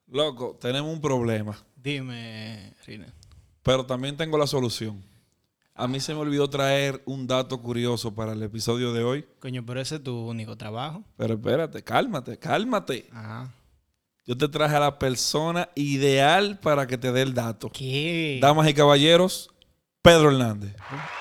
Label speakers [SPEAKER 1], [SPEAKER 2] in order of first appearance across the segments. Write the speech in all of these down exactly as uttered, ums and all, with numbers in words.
[SPEAKER 1] Loco, tenemos un problema.
[SPEAKER 2] Dime, Rina.
[SPEAKER 1] Pero también tengo la solución. A mí se me olvidó traer un dato curioso para el episodio de hoy.
[SPEAKER 2] Coño, pero ese es tu único trabajo.
[SPEAKER 1] Pero espérate, cálmate, cálmate.
[SPEAKER 2] Ajá.
[SPEAKER 1] Yo te traje a la persona ideal para que te dé el dato.
[SPEAKER 2] ¿Qué?
[SPEAKER 1] Damas y caballeros, Pedro Hernández.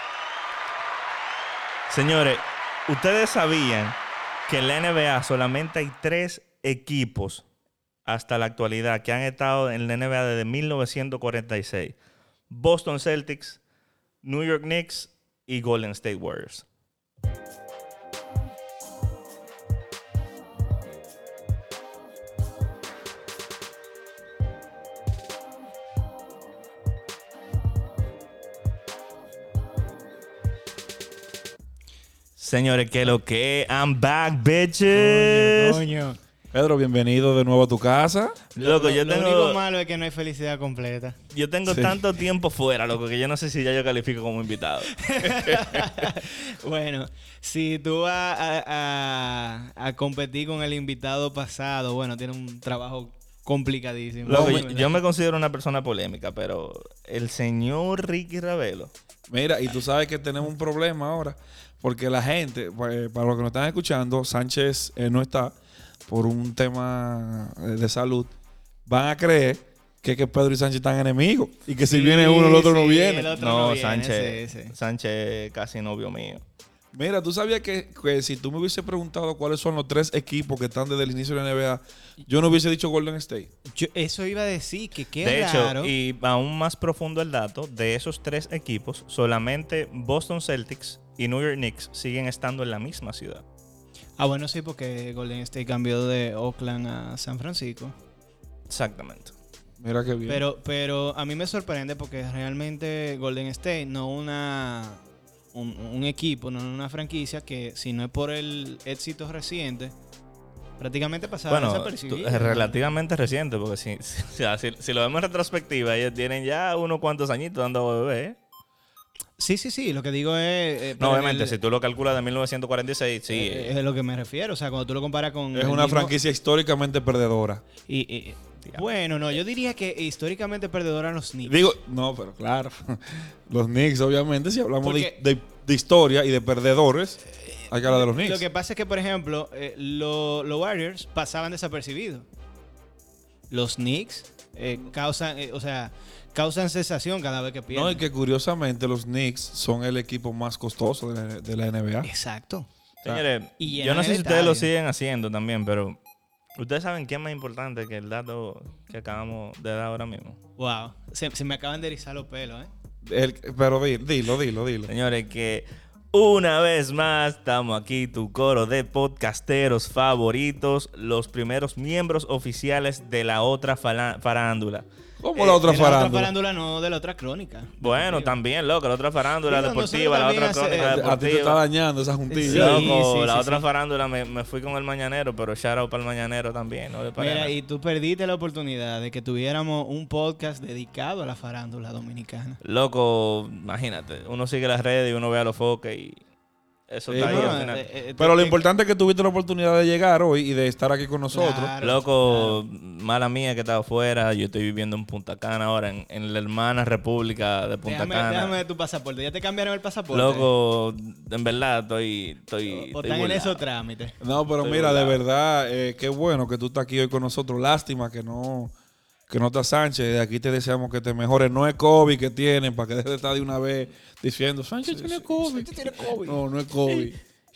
[SPEAKER 3] Señores, ustedes sabían que en la N B A solamente hay tres equipos hasta la actualidad que han estado en la N B A desde mil novecientos cuarenta y seis. Boston Celtics, New York Knicks y Golden State Warriors. Señores, que lo que I'm back, bitches.
[SPEAKER 2] Coño, coño.
[SPEAKER 1] Pedro, bienvenido de nuevo a tu casa.
[SPEAKER 3] Loco,
[SPEAKER 2] lo,
[SPEAKER 3] yo
[SPEAKER 2] lo
[SPEAKER 3] tengo,
[SPEAKER 2] único malo es que no hay felicidad completa.
[SPEAKER 3] yo tengo
[SPEAKER 1] Sí.
[SPEAKER 3] tanto tiempo fuera, loco, que yo no sé si ya yo califico como invitado.
[SPEAKER 2] Bueno, si tú vas a, a, a competir con el invitado pasado, bueno, tiene un trabajo complicadísimo.
[SPEAKER 3] Loco,
[SPEAKER 2] ¿verdad?
[SPEAKER 3] yo, yo me considero una persona polémica, pero el señor Ricky Ravelo.
[SPEAKER 1] Mira, y tú sabes que tenemos un problema ahora. Porque la gente, pues, para los que nos están escuchando, Sánchez eh, no está por un tema eh, de salud. Van a creer que, que Pedro y Sánchez están enemigos. Y que si
[SPEAKER 2] Sí,
[SPEAKER 1] viene uno, el otro no
[SPEAKER 2] sí,
[SPEAKER 1] viene.
[SPEAKER 2] el otro
[SPEAKER 3] No,
[SPEAKER 2] no viene,
[SPEAKER 3] Sánchez,
[SPEAKER 2] sí, sí.
[SPEAKER 3] Sánchez casi novio mío.
[SPEAKER 1] Mira, tú sabías que, que si tú me hubiese preguntado cuáles son los tres equipos que están desde el inicio de la N B A, yo no hubiese dicho Golden State.
[SPEAKER 2] Yo, eso iba a decir que qué
[SPEAKER 3] De
[SPEAKER 2] raro.
[SPEAKER 3] hecho, y aún más profundo el dato, de esos tres equipos, solamente Boston Celtics y New York Knicks siguen estando en la misma ciudad.
[SPEAKER 2] Ah, bueno, sí, porque Golden State cambió de Oakland a San Francisco.
[SPEAKER 3] Exactamente.
[SPEAKER 1] Mira qué bien.
[SPEAKER 2] Pero, pero a mí me sorprende porque realmente Golden State no una un, un equipo, no una franquicia que si no es por el éxito reciente, prácticamente pasaba
[SPEAKER 3] Bueno,
[SPEAKER 2] desapercibido.
[SPEAKER 3] tú- es relativamente reciente, porque si, si, si, si lo vemos en retrospectiva, ellos tienen ya unos cuantos añitos dando bebé. ¿eh?
[SPEAKER 2] Sí, sí, sí, lo que digo es... eh,
[SPEAKER 3] No,
[SPEAKER 2] pero en
[SPEAKER 3] obviamente,
[SPEAKER 2] el-
[SPEAKER 3] si tú lo calculas de mil novecientos cuarenta y seis, sí.
[SPEAKER 2] eh, es a lo que me refiero. O sea, cuando tú lo comparas con...
[SPEAKER 1] es
[SPEAKER 2] el
[SPEAKER 1] una
[SPEAKER 2] mismo-
[SPEAKER 1] franquicia históricamente perdedora.
[SPEAKER 2] Y, y- bueno, no, yo diría que históricamente perdedoran los Knicks.
[SPEAKER 1] Digo, no, pero claro. Los Knicks, obviamente, si hablamos de,
[SPEAKER 2] Porque-
[SPEAKER 1] de- de historia y de perdedores, hay que hablar de los Knicks.
[SPEAKER 2] Lo que pasa es que, por ejemplo, eh, lo- los Warriors pasaban desapercibidos. Los Knicks eh, causan, eh, o sea, causan sensación cada vez que pierden.
[SPEAKER 1] No, y que curiosamente los Knicks son el equipo más costoso de la, de la N B A.
[SPEAKER 2] Exacto.
[SPEAKER 3] Señores,
[SPEAKER 2] y
[SPEAKER 3] yo no
[SPEAKER 2] llenan
[SPEAKER 3] sé
[SPEAKER 2] el
[SPEAKER 3] si ustedes lo
[SPEAKER 2] estadio.
[SPEAKER 3] siguen haciendo también, pero ustedes saben qué es más importante que el dato que acabamos de dar ahora mismo.
[SPEAKER 2] Wow. Se, se me acaban de erizar los pelos, ¿eh?
[SPEAKER 1] El- pero di- dilo, dilo, dilo.
[SPEAKER 3] Señores, que una vez más estamos aquí, tu coro de podcasteros favoritos, los primeros miembros oficiales de la otra fala- farándula.
[SPEAKER 1] ¿Cómo la otra
[SPEAKER 2] de la otra
[SPEAKER 1] farándula?
[SPEAKER 2] farándula, no, de la otra crónica.
[SPEAKER 3] Bueno, también, loco, la otra farándula
[SPEAKER 2] Sí, no,
[SPEAKER 3] deportiva, la
[SPEAKER 2] nosotros
[SPEAKER 3] otra
[SPEAKER 2] también
[SPEAKER 3] crónica
[SPEAKER 2] hace-
[SPEAKER 1] A ti te está
[SPEAKER 3] deportiva.
[SPEAKER 1] dañando esa juntilla.
[SPEAKER 2] Sí.
[SPEAKER 3] Loco,
[SPEAKER 2] sí,
[SPEAKER 3] la
[SPEAKER 2] sí,
[SPEAKER 3] otra
[SPEAKER 2] sí.
[SPEAKER 3] farándula me, me fui con el mañanero, pero shout out para el mañanero también, ¿no? le parece?
[SPEAKER 2] Mira, y tú perdiste la oportunidad de que tuviéramos un podcast dedicado a la farándula dominicana.
[SPEAKER 3] Loco, imagínate, uno sigue las redes y uno ve a los foques y eso
[SPEAKER 1] Sí,
[SPEAKER 3] está ahí
[SPEAKER 1] no,
[SPEAKER 3] al final.
[SPEAKER 2] eh, eh,
[SPEAKER 1] Pero lo
[SPEAKER 2] te-
[SPEAKER 1] importante es que tuviste la oportunidad de llegar hoy y de estar aquí con nosotros.
[SPEAKER 2] Claro,
[SPEAKER 3] Loco, mala mía que estaba afuera, yo estoy viviendo en Punta Cana ahora, en, en la hermana república de Punta
[SPEAKER 2] Déjame,
[SPEAKER 3] Cana.
[SPEAKER 2] déjame ver tu pasaporte. ¿Ya te cambiaron el pasaporte?
[SPEAKER 3] Loco, en verdad estoy... estoy,
[SPEAKER 2] O
[SPEAKER 3] estoy
[SPEAKER 2] están en
[SPEAKER 3] burlado.
[SPEAKER 2] esos trámites.
[SPEAKER 1] No, pero
[SPEAKER 3] Estoy
[SPEAKER 1] mira, de
[SPEAKER 3] burlado.
[SPEAKER 1] verdad, eh, qué bueno que tú estás aquí hoy con nosotros. Lástima que no, que no está Sánchez. De aquí te deseamos que te mejores. No es COVID que tienen, para que deje de estar de una vez diciendo, Sánchez tiene COVID. No, no es COVID.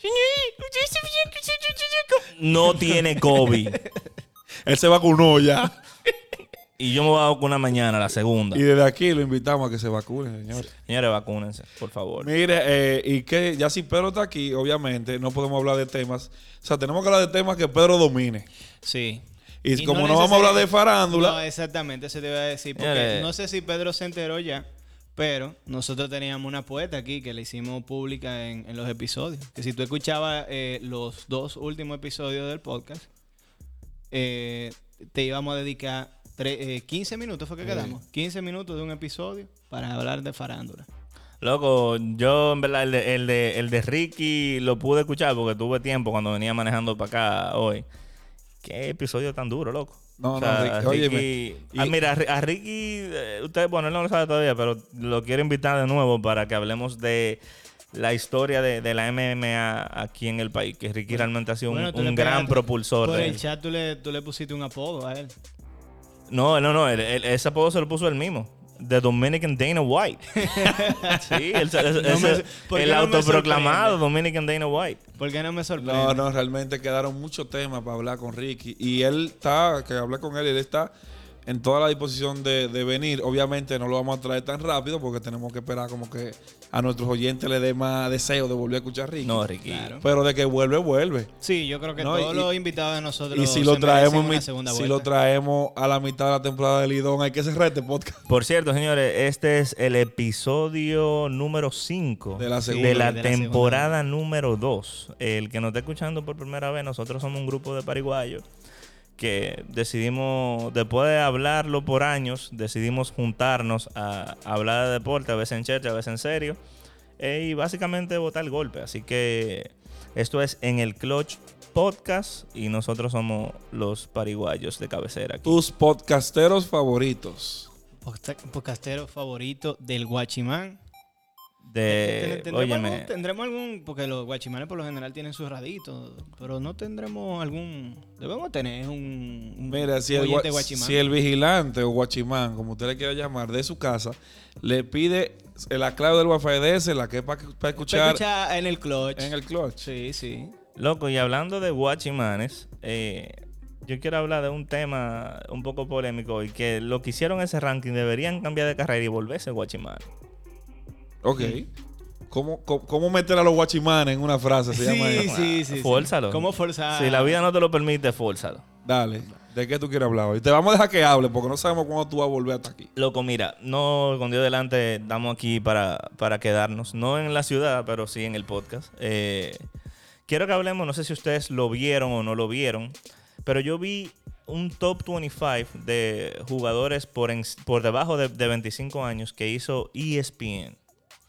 [SPEAKER 3] No tiene COVID.
[SPEAKER 1] Él se vacunó ya.
[SPEAKER 3] Y yo me voy a vacunar mañana, la segunda.
[SPEAKER 1] Y desde aquí lo invitamos a que se vacune, señor.
[SPEAKER 3] Señores, vacúnense, por favor.
[SPEAKER 1] Mire, eh, y que ya si Pedro está aquí, obviamente, no podemos hablar de temas. O sea, tenemos que hablar de temas que Pedro domine.
[SPEAKER 2] Sí.
[SPEAKER 1] Y,
[SPEAKER 2] Y
[SPEAKER 1] como no,
[SPEAKER 2] no
[SPEAKER 1] vamos a hablar de
[SPEAKER 2] necesari-
[SPEAKER 1] farándula,
[SPEAKER 2] No, exactamente, eso te iba a decir. Porque
[SPEAKER 3] Señores.
[SPEAKER 2] no sé si Pedro se enteró ya, pero nosotros teníamos una apuesta aquí que le hicimos pública en, en los episodios. Que si tú escuchabas eh, los dos últimos episodios del podcast, eh, te íbamos a dedicar tre- eh, quince minutos, fue que
[SPEAKER 1] Sí.
[SPEAKER 2] quedamos. quince minutos de un episodio para hablar de farándula.
[SPEAKER 3] Loco, yo en verdad el de, el, de, el de Ricky lo pude escuchar porque tuve tiempo cuando venía manejando para acá hoy. qué episodio tan duro, loco.
[SPEAKER 1] No,
[SPEAKER 3] O sea,
[SPEAKER 1] no, Ricky, óyeme,
[SPEAKER 3] Ricky-
[SPEAKER 1] y-
[SPEAKER 3] ah, mira, a Ri- a Ricky, eh, usted, bueno, él no lo sabe todavía, pero lo quiero invitar de nuevo para que hablemos de la historia de, de la M M A aquí en el país, que Ricky realmente ha sido un-
[SPEAKER 2] Bueno, tú
[SPEAKER 3] un,
[SPEAKER 2] le
[SPEAKER 3] gran
[SPEAKER 2] pegaste-
[SPEAKER 3] propulsor
[SPEAKER 2] Por
[SPEAKER 3] de
[SPEAKER 2] el
[SPEAKER 3] él.
[SPEAKER 2] chat tú le, tú le pusiste un apodo a él.
[SPEAKER 3] No, no, no, él- él- ese apodo se lo puso él mismo. The Dominican Dana White. Sí, él, se- ese-
[SPEAKER 2] No me- ¿por qué
[SPEAKER 3] el
[SPEAKER 2] no me
[SPEAKER 3] autoproclamado
[SPEAKER 2] sorprende?
[SPEAKER 3] Dominican Dana White.
[SPEAKER 2] ¿Por qué no me sorprende?
[SPEAKER 1] No, no, realmente quedaron muchos temas para hablar con Ricky. Y él está, que hablé con él, él está en toda la disposición de, de venir. Obviamente no lo vamos a traer tan rápido porque tenemos que esperar como que a nuestros oyentes le dé más deseo de volver a escuchar a Ricky.
[SPEAKER 3] No, Ricky.
[SPEAKER 2] Claro.
[SPEAKER 1] Pero de que vuelve, vuelve.
[SPEAKER 2] Sí, yo creo que
[SPEAKER 1] No,
[SPEAKER 2] todos
[SPEAKER 1] y-
[SPEAKER 2] los invitados de nosotros
[SPEAKER 1] Y si
[SPEAKER 2] se
[SPEAKER 1] lo
[SPEAKER 2] merecen
[SPEAKER 1] traemos,
[SPEAKER 2] una
[SPEAKER 1] mi-
[SPEAKER 2] segunda
[SPEAKER 1] si
[SPEAKER 2] vuelta.
[SPEAKER 1] lo traemos a la mitad de la temporada de Lidón, hay que cerrar este podcast.
[SPEAKER 3] Por cierto, señores, este es el episodio número cinco
[SPEAKER 1] De la
[SPEAKER 3] de
[SPEAKER 1] segunda.
[SPEAKER 3] la
[SPEAKER 2] de la
[SPEAKER 3] temporada número dos. El que nos está escuchando por primera vez, nosotros somos un grupo de pariguayos que decidimos, después de hablarlo por años, decidimos juntarnos a, a hablar de deporte, a veces en chercha, a veces en serio, eh, y básicamente botar el golpe. Así que esto es En el Clutch Podcast y nosotros somos los pariguayos de cabecera aquí.
[SPEAKER 1] Tus podcasteros favoritos.
[SPEAKER 2] Posta- Podcastero favorito del Guachimán.
[SPEAKER 3] De,
[SPEAKER 2] ¿Tendremos,
[SPEAKER 3] óyeme,
[SPEAKER 2] algún, tendremos algún, porque los guachimanes por lo general tienen sus raditos, pero no tendremos algún, debemos tener un, un
[SPEAKER 1] Mira, si el,
[SPEAKER 2] oyente
[SPEAKER 1] gua-
[SPEAKER 2] guachimán.
[SPEAKER 1] si el vigilante o guachimán, como usted le quiera llamar, de su casa, le pide la clave del Wi-Fi de ese, la que es para
[SPEAKER 2] Para
[SPEAKER 1] escuchar
[SPEAKER 2] escuchar en el clutch.
[SPEAKER 1] en el clutch.
[SPEAKER 2] Sí, sí.
[SPEAKER 3] loco, y hablando de guachimanes, eh, yo quiero hablar de un tema un poco polémico y que lo que hicieron ese ranking deberían cambiar de carrera y volverse guachimán.
[SPEAKER 1] Ok. ¿Cómo, cómo, cómo meter a los guachimanes en una frase? Se llama
[SPEAKER 2] Sí,
[SPEAKER 1] eso.
[SPEAKER 2] sí, sí, sí.
[SPEAKER 3] Fórzalo.
[SPEAKER 2] ¿Cómo forzar?
[SPEAKER 3] Si la vida no te lo permite, fórzalo.
[SPEAKER 1] Dale. ¿De qué tú quieres hablar hoy? Te vamos a dejar que hable porque no sabemos cuándo tú vas a volver hasta aquí.
[SPEAKER 3] Loco, mira, no con Dios delante, estamos aquí para, para quedarnos. No en la ciudad, pero sí en el podcast. Eh, quiero que hablemos, no sé si ustedes lo vieron o no lo vieron, pero yo vi un top veinticinco de jugadores por, en- por debajo de, de veinticinco años que hizo E S P N.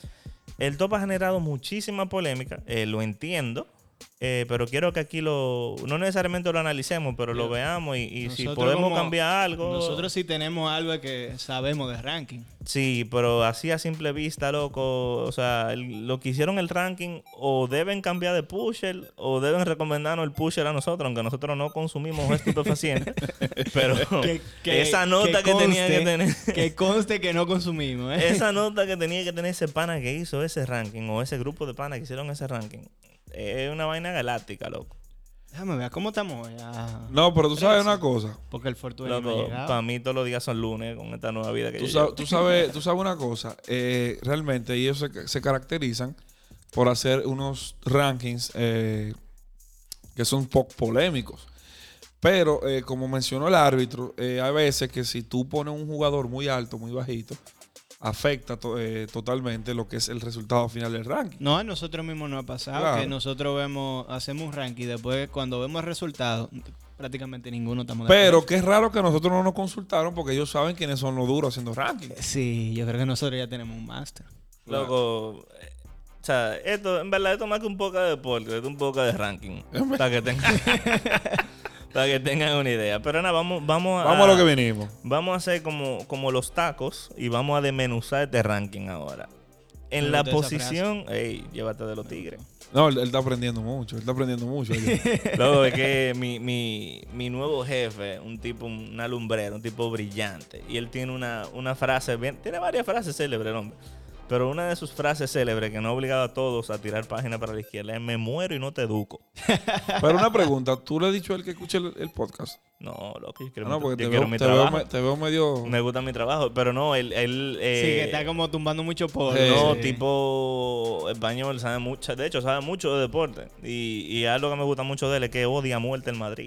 [SPEAKER 3] El top ha generado muchísima polémica, eh, lo entiendo, eh, pero quiero que aquí lo, no necesariamente lo analicemos, pero lo veamos y, y si
[SPEAKER 2] Nosotros
[SPEAKER 3] podemos
[SPEAKER 2] como-
[SPEAKER 3] cambiar algo.
[SPEAKER 2] Nosotros sí tenemos algo que sabemos de ranking.
[SPEAKER 3] Sí, pero así a simple vista, loco, o sea, el- lo que hicieron el ranking o deben cambiar de pusher o deben recomendarnos el pusher a nosotros, aunque nosotros no consumimos estupefacientes, pero
[SPEAKER 2] Que- que-
[SPEAKER 3] esa nota que,
[SPEAKER 2] que
[SPEAKER 3] tenía que
[SPEAKER 2] conste-
[SPEAKER 3] tener,
[SPEAKER 2] Que conste que no consumimos, ¿eh?
[SPEAKER 3] esa nota que tenía que tener ese pana que hizo ese ranking o ese grupo de panas que hicieron ese ranking, es una vaina galáctica, loco.
[SPEAKER 2] Déjame ver, ¿cómo estamos ya?
[SPEAKER 1] No, pero tú sabes una cosa.
[SPEAKER 2] Porque el Fortuna no ha
[SPEAKER 3] Loco,
[SPEAKER 2] llegado.
[SPEAKER 3] para mí todos los días son lunes con esta nueva vida que
[SPEAKER 1] Tú
[SPEAKER 3] yo
[SPEAKER 1] sabes,
[SPEAKER 3] llevo.
[SPEAKER 1] tú sabes, tú sabes una cosa. Eh, realmente ellos se, se caracterizan por hacer unos rankings eh, que son poco polémicos. Pero, eh, como mencionó el árbitro, eh, hay veces que si tú pones un jugador muy alto, muy bajito, afecta to- eh, totalmente lo que es el resultado final del ranking.
[SPEAKER 2] No, a nosotros mismos no ha pasado.
[SPEAKER 1] Claro.
[SPEAKER 2] Que nosotros vemos, hacemos un ranking. Después, cuando vemos el resultado, prácticamente ninguno estamos de
[SPEAKER 1] Pero
[SPEAKER 2] acuerdo.
[SPEAKER 1] qué raro que nosotros no nos consultaron porque ellos saben quiénes son los duros haciendo ranking.
[SPEAKER 2] Sí, yo creo que nosotros ya tenemos un máster.
[SPEAKER 3] Loco, eh, o sea, esto, en verdad, esto más que un poco de deporte, es un poco de ranking. para que tengan, para que tengan una idea. Pero nada, vamos, vamos a.
[SPEAKER 1] Vamos a lo que vinimos.
[SPEAKER 3] Vamos a hacer como, como los tacos y vamos a desmenuzar este ranking ahora. En
[SPEAKER 2] Me
[SPEAKER 3] la
[SPEAKER 2] gustó esa
[SPEAKER 3] posición. Ey, llévate de los tigres.
[SPEAKER 1] No, él, él está aprendiendo mucho. Él está aprendiendo mucho.
[SPEAKER 3] Luego es que mi, mi, mi nuevo jefe, un tipo, una lumbrera, un tipo brillante. Y él tiene una, una frase, bien, tiene varias frases célebres, el hombre. Pero una de sus frases célebres que no ha obligado a todos a tirar página para la izquierda es: me muero y no te educo.
[SPEAKER 1] Pero una pregunta, ¿tú le has dicho a él que escuche el, el podcast?
[SPEAKER 3] No, loco, yo quiero,
[SPEAKER 1] Ah, no,
[SPEAKER 3] mi,
[SPEAKER 1] porque
[SPEAKER 3] yo
[SPEAKER 1] te
[SPEAKER 3] quiero
[SPEAKER 1] veo,
[SPEAKER 3] mi
[SPEAKER 1] te, veo,
[SPEAKER 3] trabajo.
[SPEAKER 1] me- te veo medio...
[SPEAKER 3] Me gusta mi trabajo, pero no, él... él eh,
[SPEAKER 2] sí, que está como tumbando mucho polvo.
[SPEAKER 1] eh,
[SPEAKER 3] No,
[SPEAKER 2] Sí.
[SPEAKER 3] tipo español, sabe mucho, de hecho sabe mucho de deporte. Y, y algo que me gusta mucho de él es que odia a muerte el Madrid.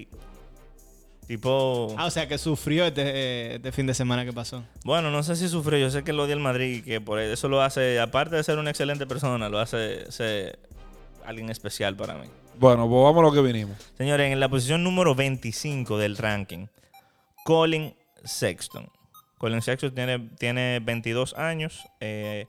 [SPEAKER 3] Tipo,
[SPEAKER 2] Ah, o sea, que sufrió este, eh, este fin de semana que pasó.
[SPEAKER 3] bueno, no sé si sufrió, yo sé que él odia el Madrid y que por eso lo hace, aparte de ser una excelente persona, lo hace ser alguien especial para mí.
[SPEAKER 1] Bueno, pues vamos a lo que vinimos.
[SPEAKER 3] Señores, en la posición número veinticinco del ranking, Colin Sexton. Colin Sexton tiene, tiene veintidós años. eh,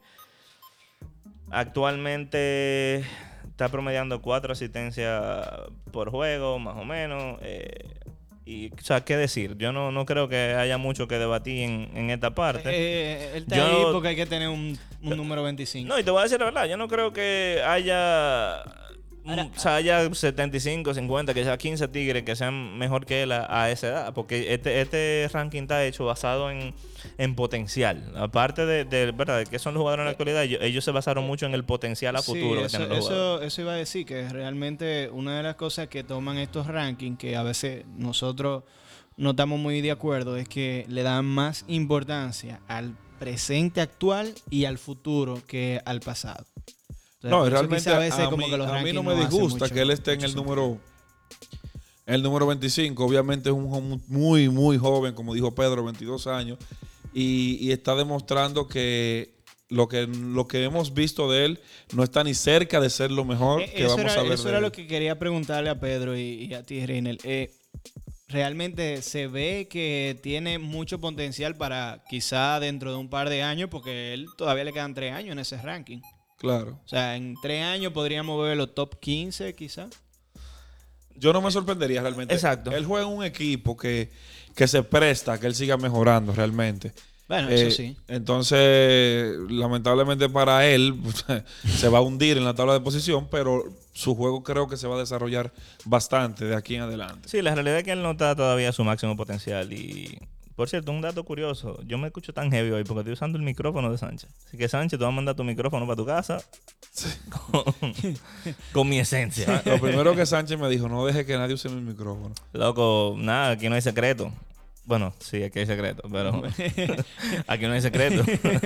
[SPEAKER 3] actualmente está promediando cuatro asistencias por juego, más o menos. eh, Y, o sea, ¿qué decir? Yo no, no creo que haya mucho que debatir en, en esta parte.
[SPEAKER 2] Eh, él está
[SPEAKER 3] Yo-
[SPEAKER 2] ahí porque hay que tener un, un número veinticinco.
[SPEAKER 3] No, y te voy a decir la verdad, yo no creo que haya...
[SPEAKER 2] Ahora-
[SPEAKER 3] o sea, haya setenta y cinco, cincuenta, que sea quince tigres que sean mejor que él a, a esa edad. Porque este, este ranking está hecho basado en, en potencial. Aparte de, de, ¿verdad? de que son los jugadores en la actualidad, ellos, ellos se basaron mucho en el potencial a futuro
[SPEAKER 2] Sí,
[SPEAKER 3] que
[SPEAKER 2] eso,
[SPEAKER 3] tienen los jugadores.
[SPEAKER 2] eso, eso iba a decir que realmente una de las cosas que toman estos rankings, que a veces nosotros no estamos muy de acuerdo, es que le dan más importancia al presente actual y al futuro que al pasado. Entonces,
[SPEAKER 1] No,
[SPEAKER 2] por eso
[SPEAKER 1] realmente
[SPEAKER 2] quizá a veces
[SPEAKER 1] a
[SPEAKER 2] como
[SPEAKER 1] mí,
[SPEAKER 2] que los
[SPEAKER 1] a mí
[SPEAKER 2] rankings
[SPEAKER 1] no me
[SPEAKER 2] hacen
[SPEAKER 1] disgusta
[SPEAKER 2] mucho-
[SPEAKER 1] que él esté en
[SPEAKER 2] mucho
[SPEAKER 1] el
[SPEAKER 2] sentido.
[SPEAKER 1] número en el número veinticinco. Obviamente es un jo- muy, muy joven, como dijo Pedro, veintidós años, y, y está demostrando que lo que lo que hemos visto de él no está ni cerca de ser lo mejor
[SPEAKER 2] Eh,
[SPEAKER 1] que
[SPEAKER 2] eso
[SPEAKER 1] vamos
[SPEAKER 2] era,
[SPEAKER 1] a ver
[SPEAKER 2] eso
[SPEAKER 1] de
[SPEAKER 2] era
[SPEAKER 1] él.
[SPEAKER 2] lo que quería preguntarle a Pedro y, y a ti, Reinel. Eh, realmente se ve que tiene mucho potencial para quizá dentro de un par de años, porque él todavía le quedan tres años en ese ranking.
[SPEAKER 1] Claro.
[SPEAKER 2] O sea, en tres años podríamos ver los top quince quizá.
[SPEAKER 1] Yo no me sorprendería realmente.
[SPEAKER 3] Exacto.
[SPEAKER 1] Él juega en un equipo que, que se presta a que él siga mejorando realmente.
[SPEAKER 2] Bueno,
[SPEAKER 1] Eh,
[SPEAKER 2] eso sí.
[SPEAKER 1] Entonces, lamentablemente para él, se va a hundir en la tabla de posición, pero su juego creo que se va a desarrollar bastante de aquí en adelante.
[SPEAKER 3] Sí, la realidad es que él no está todavía a su máximo potencial. Y, por cierto, un dato curioso. Yo me escucho tan heavy hoy porque estoy usando el micrófono de Sánchez. Así que, Sánchez, te voy a mandar tu micrófono para tu casa con, con mi esencia.
[SPEAKER 1] Lo primero que Sánchez me dijo, no deje que nadie use mi micrófono.
[SPEAKER 3] Loco, nada, aquí no hay secreto. Bueno, sí, aquí hay secreto, pero aquí no hay secreto.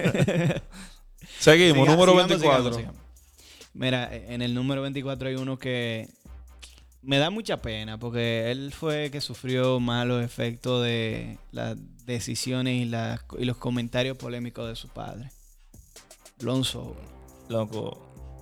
[SPEAKER 1] Seguimos,
[SPEAKER 2] Siga-
[SPEAKER 1] número
[SPEAKER 2] sigamos,
[SPEAKER 1] veinticuatro.
[SPEAKER 2] sigamos, sigamos. Mira, en el número veinticuatro hay uno que me da mucha pena porque él fue que sufrió malos efectos de las decisiones y, las, y los comentarios polémicos de su padre. Lonzo.
[SPEAKER 3] Loco.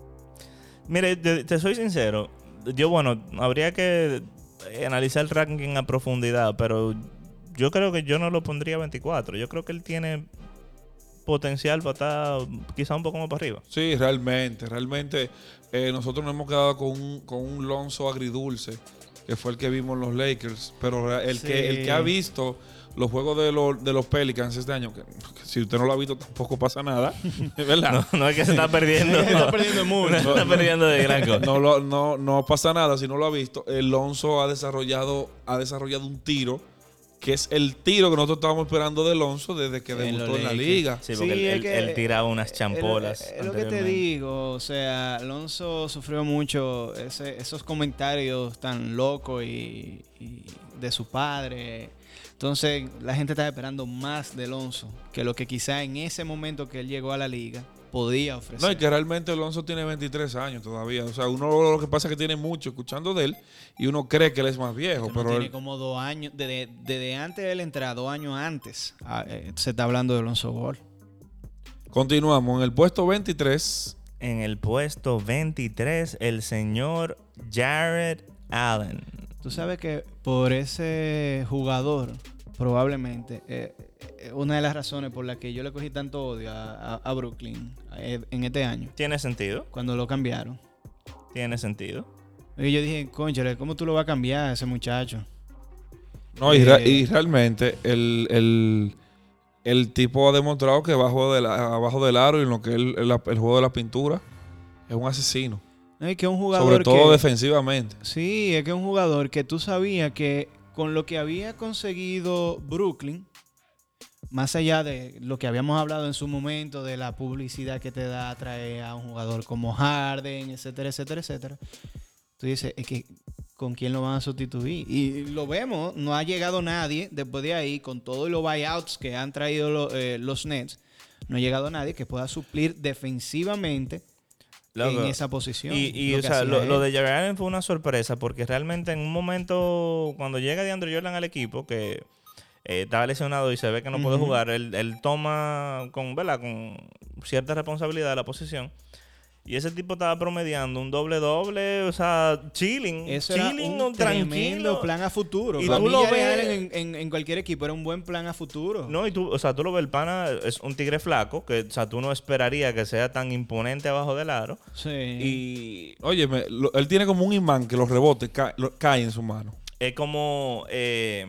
[SPEAKER 3] Mire, te, te soy sincero. Yo, bueno, habría que analizar el ranking a profundidad, pero yo creo que yo no lo pondría veinticuatro. Yo creo que él tiene potencial para estar quizá un poco más para arriba.
[SPEAKER 1] Sí, realmente, realmente eh, nosotros nos hemos quedado con un, con un Lonzo agridulce, que fue el que vimos en los Lakers, pero el,
[SPEAKER 2] Sí.
[SPEAKER 1] que, el que ha visto los juegos de los, de los Pelicans este año, que, que si usted no lo ha visto tampoco pasa nada, ¿verdad?
[SPEAKER 3] No, no es que se está perdiendo.
[SPEAKER 2] Se está perdiendo mucho.
[SPEAKER 3] No se está perdiendo de gran cosa.
[SPEAKER 1] No, lo- no, no pasa nada si no lo ha visto. El Lonzo ha desarrollado, ha desarrollado un tiro que es el tiro que nosotros estábamos esperando de Lonzo desde que
[SPEAKER 2] En
[SPEAKER 1] debutó
[SPEAKER 2] los
[SPEAKER 1] en la
[SPEAKER 2] Lakers.
[SPEAKER 1] liga.
[SPEAKER 3] Sí, porque
[SPEAKER 2] Sí,
[SPEAKER 3] él,
[SPEAKER 2] es
[SPEAKER 3] él-
[SPEAKER 2] que-
[SPEAKER 3] él tiraba unas champolas.
[SPEAKER 2] Es lo que te
[SPEAKER 3] anteriormente.
[SPEAKER 2] digo, o sea, Alonso sufrió mucho ese- esos comentarios tan locos y, y de su padre. Entonces, la gente estaba esperando más de Alonso que lo que quizá en ese momento que él llegó a la liga podía ofrecer.
[SPEAKER 1] No, y que realmente Alonso tiene veintitrés años todavía. O sea, uno lo que pasa es que tiene mucho escuchando de él y uno cree que él es más viejo.
[SPEAKER 2] Que no
[SPEAKER 1] pero
[SPEAKER 2] tiene
[SPEAKER 1] él-
[SPEAKER 2] como dos años, desde, desde antes de él entrar, dos años antes, ah, eh, se está hablando de Alonso Ball.
[SPEAKER 1] Continuamos. En el puesto veintitrés,
[SPEAKER 3] En el puesto veintitrés, el señor Jared Allen.
[SPEAKER 2] Tú sabes que por ese jugador, probablemente, eh, eh, una de las razones por las que yo le cogí tanto odio a, a- a Brooklyn eh, en este año,
[SPEAKER 3] ¿Tiene sentido?
[SPEAKER 2] cuando lo cambiaron.
[SPEAKER 3] ¿Tiene sentido?
[SPEAKER 2] Y yo dije, conchale, ¿cómo tú lo vas a cambiar a ese muchacho?
[SPEAKER 1] no, y, re-
[SPEAKER 2] Eh,
[SPEAKER 1] y realmente el, el, el tipo ha demostrado que bajo del, abajo del aro y en lo que es el, el- el juego de la pintura es un asesino.
[SPEAKER 2] No, y que es un jugador
[SPEAKER 1] Sobre todo
[SPEAKER 2] que,
[SPEAKER 1] defensivamente.
[SPEAKER 2] sí, es que es un jugador que tú sabías que con lo que había conseguido Brooklyn, más allá de lo que habíamos hablado en su momento, de la publicidad que te da traer a un jugador como Harden, etcétera, etcétera, etcétera, tú dices, es que ¿con quién lo van a sustituir? Y lo vemos, no ha llegado nadie después de ahí, con todos los buyouts que han traído lo- eh, los Nets, no ha llegado nadie que pueda suplir defensivamente
[SPEAKER 3] Loco.
[SPEAKER 2] en esa posición.
[SPEAKER 3] Y, y,
[SPEAKER 2] lo
[SPEAKER 3] o
[SPEAKER 2] que
[SPEAKER 3] sea,
[SPEAKER 2] hacía
[SPEAKER 3] lo,
[SPEAKER 2] él.
[SPEAKER 3] lo de Jared Allen fue una sorpresa porque realmente en un momento, cuando llega DeAndre Jordan al equipo, que eh, estaba lesionado y se ve que no puede
[SPEAKER 2] Ujú.
[SPEAKER 3] jugar, él, él toma con, ¿verdad? con cierta responsabilidad de la posición. Y ese tipo estaba promediando un doble-doble, o sea, chilling.
[SPEAKER 2] Eso era
[SPEAKER 3] chilling,
[SPEAKER 2] un
[SPEAKER 3] no,
[SPEAKER 2] tremendo
[SPEAKER 3] tranquilo.
[SPEAKER 2] plan a futuro.
[SPEAKER 3] Y
[SPEAKER 2] Para
[SPEAKER 3] tú
[SPEAKER 2] mí,
[SPEAKER 3] lo
[SPEAKER 2] Jared
[SPEAKER 3] ves-
[SPEAKER 2] Allen en, en- en cualquier equipo era un buen plan a futuro.
[SPEAKER 3] No, y tú, o sea, tú lo ves, el pana es un tigre flaco, que, o sea, tú no esperarías que sea tan imponente abajo del aro.
[SPEAKER 2] Sí.
[SPEAKER 3] Y
[SPEAKER 1] Óyeme, lo- él tiene como un imán que los rebotes ca- lo- caen en su mano.
[SPEAKER 3] es como... Eh,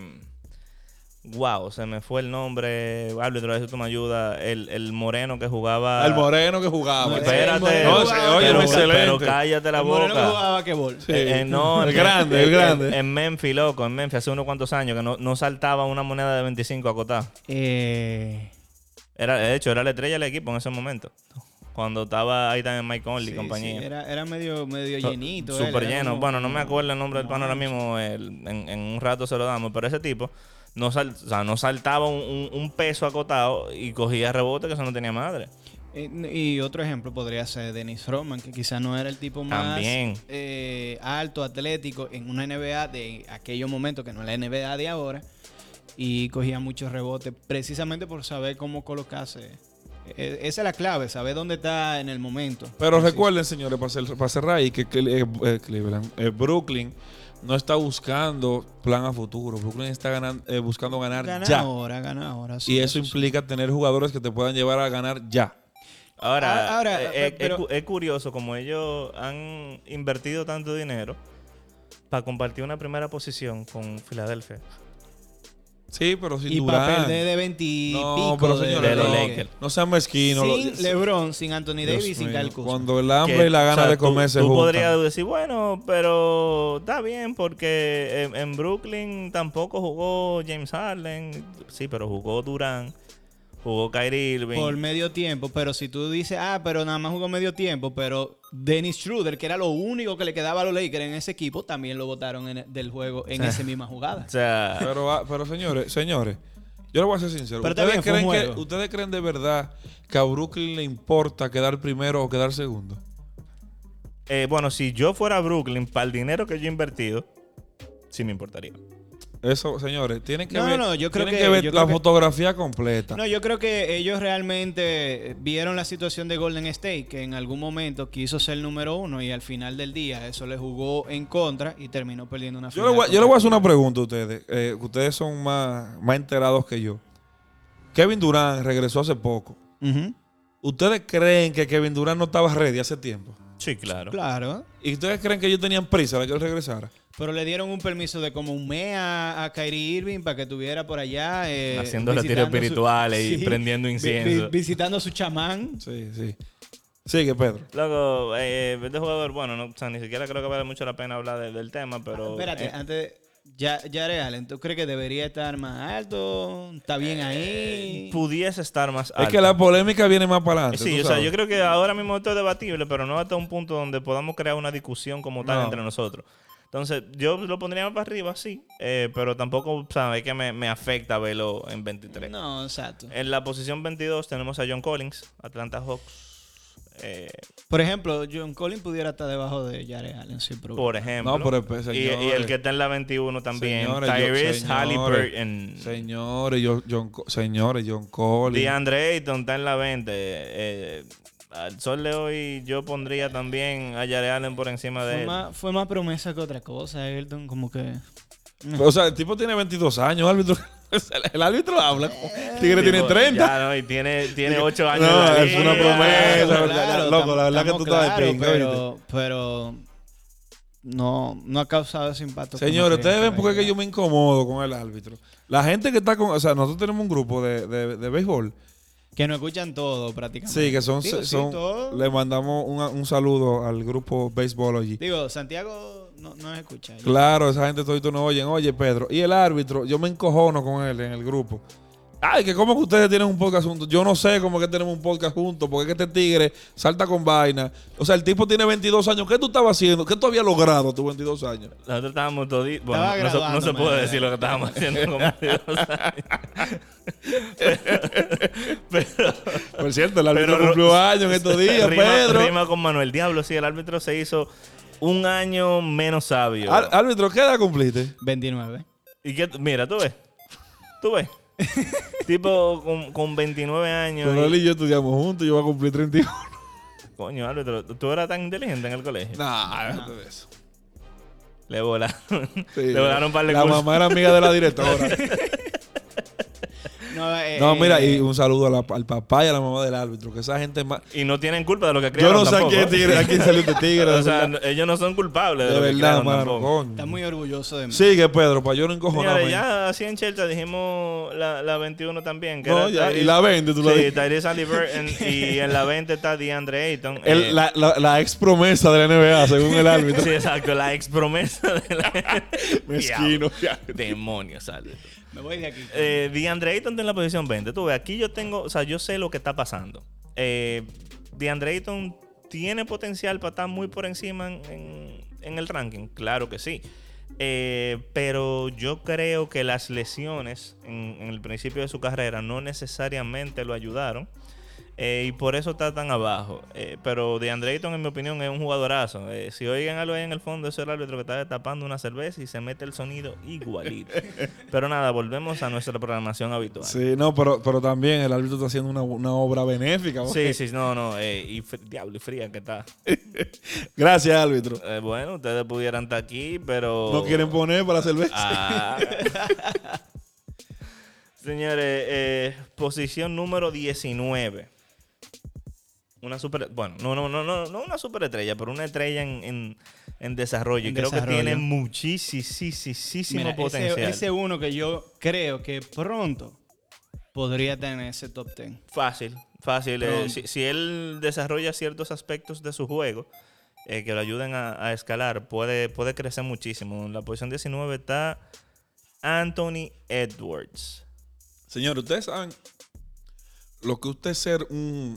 [SPEAKER 3] wow, se me fue el nombre. Árbitro, a ver si tú me ayudas. El, el moreno que jugaba...
[SPEAKER 1] El moreno que jugaba.
[SPEAKER 3] Espérate.
[SPEAKER 1] No, sí, oye,
[SPEAKER 3] pero,
[SPEAKER 1] excelente.
[SPEAKER 3] pero cállate la
[SPEAKER 2] El moreno que
[SPEAKER 3] boca.
[SPEAKER 2] jugaba basquetbol.
[SPEAKER 1] Sí.
[SPEAKER 3] Eh, eh, no,
[SPEAKER 1] El
[SPEAKER 3] en-
[SPEAKER 1] grande,
[SPEAKER 3] en-
[SPEAKER 1] el grande.
[SPEAKER 3] En, en Memphis, loco, en Memphis, hace unos cuantos años que no, no saltaba una moneda de veinticinco acotada.
[SPEAKER 2] Eh,
[SPEAKER 3] Era, de hecho, era la estrella del equipo en ese momento. Cuando estaba ahí también Mike Conley y
[SPEAKER 2] sí,
[SPEAKER 3] compañía.
[SPEAKER 2] sí, era, era medio, medio
[SPEAKER 3] So-
[SPEAKER 2] llenito. él,
[SPEAKER 3] Súper
[SPEAKER 2] era
[SPEAKER 3] lleno.
[SPEAKER 2] como-
[SPEAKER 3] Bueno, no me acuerdo el nombre del
[SPEAKER 2] no,
[SPEAKER 3] pan ahora mismo. el- en, en un rato se lo damos. Pero ese tipo no, sal- o sea, no saltaba un, un- un peso acotado y cogía rebote que eso no tenía madre.
[SPEAKER 2] Eh, Y otro ejemplo podría ser Dennis Rodman, que quizás no era el tipo más
[SPEAKER 3] También.
[SPEAKER 2] eh, alto, atlético en una N B A de aquellos momentos, que no es la N B A de ahora, y cogía muchos rebotes precisamente por saber cómo colocarse. Eh, Esa es la clave, saber dónde está en el momento.
[SPEAKER 1] Pero
[SPEAKER 2] Preciso.
[SPEAKER 1] recuerden, señores, para, cer- para cerrar ahí, que, que, eh, eh, Cleveland, eh, Brooklyn no está buscando plan a futuro. Brooklyn está ganando, eh, buscando ganar
[SPEAKER 2] Gana
[SPEAKER 1] ya.
[SPEAKER 2] ahora, gana ahora. sí,
[SPEAKER 1] Y eso
[SPEAKER 2] sí.
[SPEAKER 1] implica tener jugadores que te puedan llevar a ganar ya.
[SPEAKER 3] Ahora,
[SPEAKER 2] Ah, ahora,
[SPEAKER 3] eh,
[SPEAKER 2] pe-
[SPEAKER 3] eh,
[SPEAKER 2] pero-
[SPEAKER 3] es, cu- es curioso como ellos han invertido tanto dinero para compartir una primera posición con Filadelfia.
[SPEAKER 1] Sí, pero sin
[SPEAKER 2] Y para
[SPEAKER 1] Durant.
[SPEAKER 2] perder de veinte y
[SPEAKER 1] No,
[SPEAKER 2] pico
[SPEAKER 1] pero
[SPEAKER 2] de,
[SPEAKER 1] señores,
[SPEAKER 3] de los
[SPEAKER 1] no,
[SPEAKER 3] Lakers.
[SPEAKER 1] no sean mezquinos.
[SPEAKER 2] sin
[SPEAKER 1] lo-
[SPEAKER 2] LeBron, sin Anthony
[SPEAKER 1] Dios
[SPEAKER 2] Davis, sin
[SPEAKER 1] mío,
[SPEAKER 2] Kyle Kuzma.
[SPEAKER 1] Cuando el hambre
[SPEAKER 3] Que,
[SPEAKER 1] y la
[SPEAKER 3] o
[SPEAKER 1] gana
[SPEAKER 3] sea,
[SPEAKER 1] de
[SPEAKER 3] tú-
[SPEAKER 1] comer se
[SPEAKER 3] tú
[SPEAKER 1] juntan.
[SPEAKER 3] podrías decir, bueno, pero está bien porque en, en Brooklyn tampoco jugó James Harden. Sí, pero jugó Durant, jugó Kyrie Irving.
[SPEAKER 2] Por medio tiempo, pero si tú dices, ah, pero nada más jugó medio tiempo, pero Dennis Schroeder, que era lo único que le quedaba a los Lakers en ese equipo, también lo votaron en el- del juego en esa misma jugada.
[SPEAKER 3] O sea,
[SPEAKER 1] Pero, ah, pero señores, señores, yo le voy a ser sincero.
[SPEAKER 2] Pero está
[SPEAKER 1] ¿Ustedes,
[SPEAKER 2] bien, fue un
[SPEAKER 1] creen que,
[SPEAKER 2] juego.
[SPEAKER 1] ¿Ustedes creen de verdad que a Brooklyn le importa quedar primero o quedar segundo?
[SPEAKER 3] eh, bueno, si yo fuera a Brooklyn, para el dinero que yo he invertido, sí me importaría.
[SPEAKER 1] Eso, señores, tienen que
[SPEAKER 2] No,
[SPEAKER 1] ver,
[SPEAKER 2] no, no, yo creo
[SPEAKER 1] tienen
[SPEAKER 2] que-
[SPEAKER 1] que ver
[SPEAKER 2] yo
[SPEAKER 1] la
[SPEAKER 2] creo que-
[SPEAKER 1] fotografía completa.
[SPEAKER 2] No, yo creo que ellos realmente vieron la situación de Golden State, que en algún momento quiso ser el número uno y al final del día eso le jugó en contra y terminó perdiendo una
[SPEAKER 1] Yo
[SPEAKER 2] final.
[SPEAKER 1] le, voy, a- yo le voy a hacer
[SPEAKER 2] contra-
[SPEAKER 1] una pregunta a ustedes, eh, que ustedes son más, más enterados que yo. Kevin Durant regresó hace poco.
[SPEAKER 2] Ujú.
[SPEAKER 1] ¿Ustedes creen que Kevin Durant no estaba ready hace tiempo?
[SPEAKER 3] Sí, claro.
[SPEAKER 2] Claro.
[SPEAKER 1] ¿Y ustedes creen que ellos tenían prisa de que él regresara?
[SPEAKER 2] Pero le dieron un permiso de como un mes a, a Kyrie Irving para que estuviera por allá. eh,
[SPEAKER 3] Haciendo
[SPEAKER 2] visitando
[SPEAKER 3] retiros
[SPEAKER 2] su-
[SPEAKER 3] espirituales y
[SPEAKER 2] Sí,
[SPEAKER 3] prendiendo
[SPEAKER 2] vi-
[SPEAKER 3] incienso.
[SPEAKER 2] vi- visitando a su chamán.
[SPEAKER 1] Sí, sí. Sigue, Pedro.
[SPEAKER 3] Luego, eh, este jugador, bueno, no, o sea, ni siquiera creo que vale mucho la pena hablar de- del tema, pero...
[SPEAKER 2] Espérate,
[SPEAKER 3] eh,
[SPEAKER 2] antes. Ya, Jared Allen, ¿tú crees que debería estar más alto? ¿Está bien ahí?
[SPEAKER 3] pudiese estar más alto.
[SPEAKER 1] Es que la polémica viene más para adelante.
[SPEAKER 3] Sí,
[SPEAKER 1] tú
[SPEAKER 3] o sea,
[SPEAKER 1] sabes.
[SPEAKER 3] yo creo que ahora mismo esto es debatible, pero no hasta un punto donde podamos crear una discusión como tal
[SPEAKER 1] No.
[SPEAKER 3] entre nosotros. Entonces, yo lo pondría más para arriba, sí, eh, pero tampoco, ¿sabes? Que me, me afecta verlo en veintitrés.
[SPEAKER 2] No, exacto.
[SPEAKER 3] En la posición veintidós tenemos a John Collins, Atlanta Hawks. Eh,
[SPEAKER 2] Por ejemplo, John Collins pudiera estar debajo de Jared Allen sin problema.
[SPEAKER 3] por ejemplo.
[SPEAKER 1] No, pero, pues,
[SPEAKER 3] y, y
[SPEAKER 1] señores.
[SPEAKER 3] el que está en la veintiuno también.
[SPEAKER 1] Señores, yo-
[SPEAKER 3] Tyrese
[SPEAKER 1] señores,
[SPEAKER 3] Halliburton.
[SPEAKER 1] Señores, yo- John, Co- señores, John Collins.
[SPEAKER 3] DeAndre Ayton está en la veinte. Eh, al sol de hoy yo pondría también a Jared Allen por encima de
[SPEAKER 2] Fue
[SPEAKER 3] él.
[SPEAKER 2] más, fue más promesa que otra cosa, Ayrton, como que...
[SPEAKER 1] O sea, el tipo tiene veintidós años, árbitro. El árbitro habla. El tigre tiene
[SPEAKER 3] Tipo,
[SPEAKER 1] treinta.
[SPEAKER 3] Ya, no, y tiene, tiene ocho años.
[SPEAKER 1] No,
[SPEAKER 3] en la
[SPEAKER 1] es una
[SPEAKER 3] liga.
[SPEAKER 1] promesa.
[SPEAKER 2] Claro,
[SPEAKER 1] verdad,
[SPEAKER 2] claro,
[SPEAKER 1] loco, la verdad que
[SPEAKER 2] estamos
[SPEAKER 1] tú estás de
[SPEAKER 2] claros,
[SPEAKER 1] pinga,
[SPEAKER 2] pero, pero no, no ha causado ese impacto. como
[SPEAKER 1] Señores,
[SPEAKER 2] creía
[SPEAKER 1] ustedes ven
[SPEAKER 2] que
[SPEAKER 1] por qué
[SPEAKER 2] iba a
[SPEAKER 1] que yo me incomodo con el árbitro. La gente que está con... O sea, nosotros tenemos un grupo de, de, de béisbol.
[SPEAKER 2] llegar. Que no escuchan todo prácticamente.
[SPEAKER 1] Sí, que son...
[SPEAKER 2] Digo, sí,
[SPEAKER 1] son
[SPEAKER 2] todo.
[SPEAKER 1] le mandamos un, un saludo al grupo Béisbol allí.
[SPEAKER 2] Digo, Santiago no, no escucha.
[SPEAKER 1] Claro, esa gente todito no oyen. Oye, Pedro. Y el árbitro, yo me encojono con él en el grupo. Ay, que cómo que ustedes tienen un podcast juntos. Yo no sé cómo que tenemos un podcast juntos, porque es que este tigre salta con vaina. O sea, el tipo tiene veintidós años. ¿Qué tú estabas haciendo? ¿Qué tú habías logrado a tus veintidós años?
[SPEAKER 3] Nosotros estábamos toditos. Bueno,
[SPEAKER 2] Estaba
[SPEAKER 3] no, se- no se
[SPEAKER 2] graduándome,
[SPEAKER 3] puede
[SPEAKER 2] ya.
[SPEAKER 3] decir lo que estábamos haciendo con veintidós años. pero,
[SPEAKER 1] Por cierto, el árbitro
[SPEAKER 3] Pero-
[SPEAKER 1] cumplió años en estos días,
[SPEAKER 3] rima,
[SPEAKER 1] Pedro.
[SPEAKER 3] rima con Manuel Diablo. Sí, el árbitro se hizo un año menos sabio.
[SPEAKER 1] Ar- árbitro, ¿qué edad cumpliste?
[SPEAKER 2] veintinueve.
[SPEAKER 3] ¿Y qué? Mira, tú ves. Tú ves. Tipo con, con veintinueve años.
[SPEAKER 1] Pero él
[SPEAKER 3] y-
[SPEAKER 1] y yo estudiamos juntos. Yo voy a cumplir treinta y uno.
[SPEAKER 3] Coño, árbitro, ¿tú eras tan inteligente en el colegio?
[SPEAKER 1] Nah, déjate de eso.
[SPEAKER 3] Le volaron.
[SPEAKER 1] Sí,
[SPEAKER 3] le volaron un par de
[SPEAKER 1] La
[SPEAKER 3] cursos.
[SPEAKER 1] mamá era amiga de la directora.
[SPEAKER 2] No, No, eh,
[SPEAKER 1] No, mira,
[SPEAKER 2] eh,
[SPEAKER 1] y un saludo a la- al papá y a la mamá del árbitro, que esa gente es más...
[SPEAKER 3] Y no tienen culpa de lo que
[SPEAKER 1] Yo
[SPEAKER 3] crearon
[SPEAKER 1] no sé a
[SPEAKER 3] tampoco.
[SPEAKER 1] quién, tigre, a quién salió este tigre.
[SPEAKER 3] O
[SPEAKER 1] de
[SPEAKER 3] sea,
[SPEAKER 1] verdad,
[SPEAKER 3] ellos no son culpables de,
[SPEAKER 1] de
[SPEAKER 3] lo que
[SPEAKER 1] verdad,
[SPEAKER 3] crearon
[SPEAKER 1] mano,
[SPEAKER 3] tampoco.
[SPEAKER 1] coño.
[SPEAKER 2] está muy orgulloso de mí.
[SPEAKER 1] Sigue, Pedro, para yo no encojonarme.
[SPEAKER 3] Señores, ya así en Chelsea dijimos la, la veintiuno también. Que
[SPEAKER 1] No,
[SPEAKER 3] era
[SPEAKER 1] ya, y
[SPEAKER 3] Tyrese-
[SPEAKER 1] la veinte, tú la
[SPEAKER 3] Sí,
[SPEAKER 1] dijiste.
[SPEAKER 3] Tyrese Haliburton. Y en la veinte está DeAndre Ayton.
[SPEAKER 1] El-
[SPEAKER 3] eh,
[SPEAKER 1] la, la, la ex promesa de la N B A, según el árbitro.
[SPEAKER 3] Sí, exacto, la ex promesa de la...
[SPEAKER 1] Mezquino.
[SPEAKER 3] Diablo, Demonios, árbitro.
[SPEAKER 2] Me voy de aquí.
[SPEAKER 3] Eh, DeAndre Ayton está en la posición veinte. Tú ves, aquí yo tengo, o sea, yo sé lo que está pasando. Eh, DeAndre Ayton tiene potencial para estar muy por encima en, en- en el ranking. Claro que sí. Eh, pero yo creo que las lesiones en, en el principio de su carrera no necesariamente lo ayudaron. Eh, y por eso está tan abajo. Eh, pero DeAndre Ayton, en mi opinión, es un jugadorazo. Eh, si oigan algo ahí en el fondo, es el árbitro que está destapando una cerveza y se mete el sonido igualito. Pero nada, volvemos a nuestra programación habitual. Sí,
[SPEAKER 1] Sí, no, pero, pero también el árbitro está haciendo una, una obra benéfica.
[SPEAKER 3] sí, no, no. Eh, y fr- diablo, y fría que está.
[SPEAKER 1] Gracias, árbitro.
[SPEAKER 3] Eh, bueno, ustedes pudieran estar aquí, pero...
[SPEAKER 1] No quieren poner para la cerveza.
[SPEAKER 3] Ah. Señores, eh, posición número diecinueve. Una super, bueno, no, no, no, no, no una superestrella, pero una estrella en, en, en desarrollo.
[SPEAKER 2] En
[SPEAKER 3] y creo
[SPEAKER 2] desarrollo.
[SPEAKER 3] que tiene muchísimo
[SPEAKER 2] Mira,
[SPEAKER 3] potencial.
[SPEAKER 2] ese, ese uno que yo creo que pronto podría tener ese top diez.
[SPEAKER 3] Fácil, fácil. Eh,
[SPEAKER 2] Pronto.
[SPEAKER 3] si, si él desarrolla ciertos aspectos de su juego eh, que lo ayuden a, a escalar, puede, puede crecer muchísimo. En la posición diecinueve está Anthony Edwards.
[SPEAKER 1] Señores, ustedes saben lo que usted es ser un,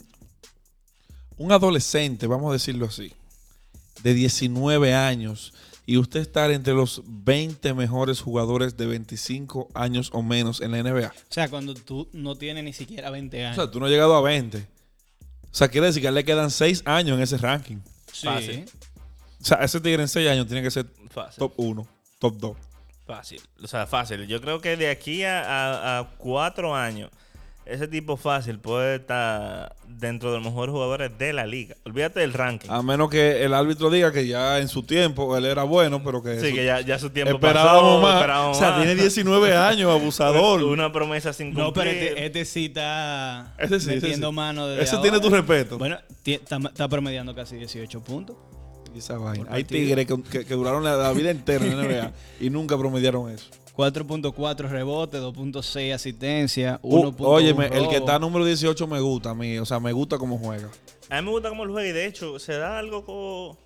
[SPEAKER 1] un adolescente, vamos a decirlo así, de diecinueve años y usted estar entre los veinte mejores jugadores de veinticinco años o menos en la N B A.
[SPEAKER 2] O sea, cuando tú no tienes ni siquiera veinte
[SPEAKER 1] O
[SPEAKER 2] años.
[SPEAKER 1] sea, tú no has llegado a veinte. O sea, quiere decir que a él le quedan seis años en ese ranking.
[SPEAKER 2] Sí.
[SPEAKER 3] Fácil.
[SPEAKER 1] O sea, ese tigre en seis años tiene que ser
[SPEAKER 3] Fácil.
[SPEAKER 1] top uno, top dos.
[SPEAKER 3] Fácil, o sea, fácil. Yo creo que de aquí a, a- a cuatro años, ese tipo fácil puede estar dentro de los mejores jugadores de la liga. Olvídate del ranking.
[SPEAKER 1] A menos que el árbitro diga que ya en su tiempo él era bueno, pero que
[SPEAKER 3] sí,
[SPEAKER 1] su-
[SPEAKER 3] que ya, ya su tiempo
[SPEAKER 1] esperábamos
[SPEAKER 3] pasó.
[SPEAKER 1] más.
[SPEAKER 3] esperábamos
[SPEAKER 1] O sea,
[SPEAKER 3] más.
[SPEAKER 1] tiene diecinueve años, abusador.
[SPEAKER 3] Una promesa sin cumplir.
[SPEAKER 2] No, pero este, este sí está
[SPEAKER 1] Ese sí, ese
[SPEAKER 2] metiendo
[SPEAKER 1] sí.
[SPEAKER 2] mano desde
[SPEAKER 1] Ese
[SPEAKER 2] ahora.
[SPEAKER 1] tiene tu respeto.
[SPEAKER 2] Bueno, ti- está, está promediando casi dieciocho puntos.
[SPEAKER 1] Y esa vaina.
[SPEAKER 2] por
[SPEAKER 1] Hay
[SPEAKER 2] partido.
[SPEAKER 1] tigres que, que- que duraron la, la vida entera en la N B A y nunca promediaron eso.
[SPEAKER 2] cuatro punto cuatro rebotes, dos punto seis asistencia,
[SPEAKER 1] Uh,
[SPEAKER 2] uno punto uno
[SPEAKER 1] óyeme, el
[SPEAKER 2] robo.
[SPEAKER 1] que está número dieciocho me gusta a mí. O sea, me gusta cómo juega.
[SPEAKER 3] A mí me gusta cómo él juega y de hecho se da algo co-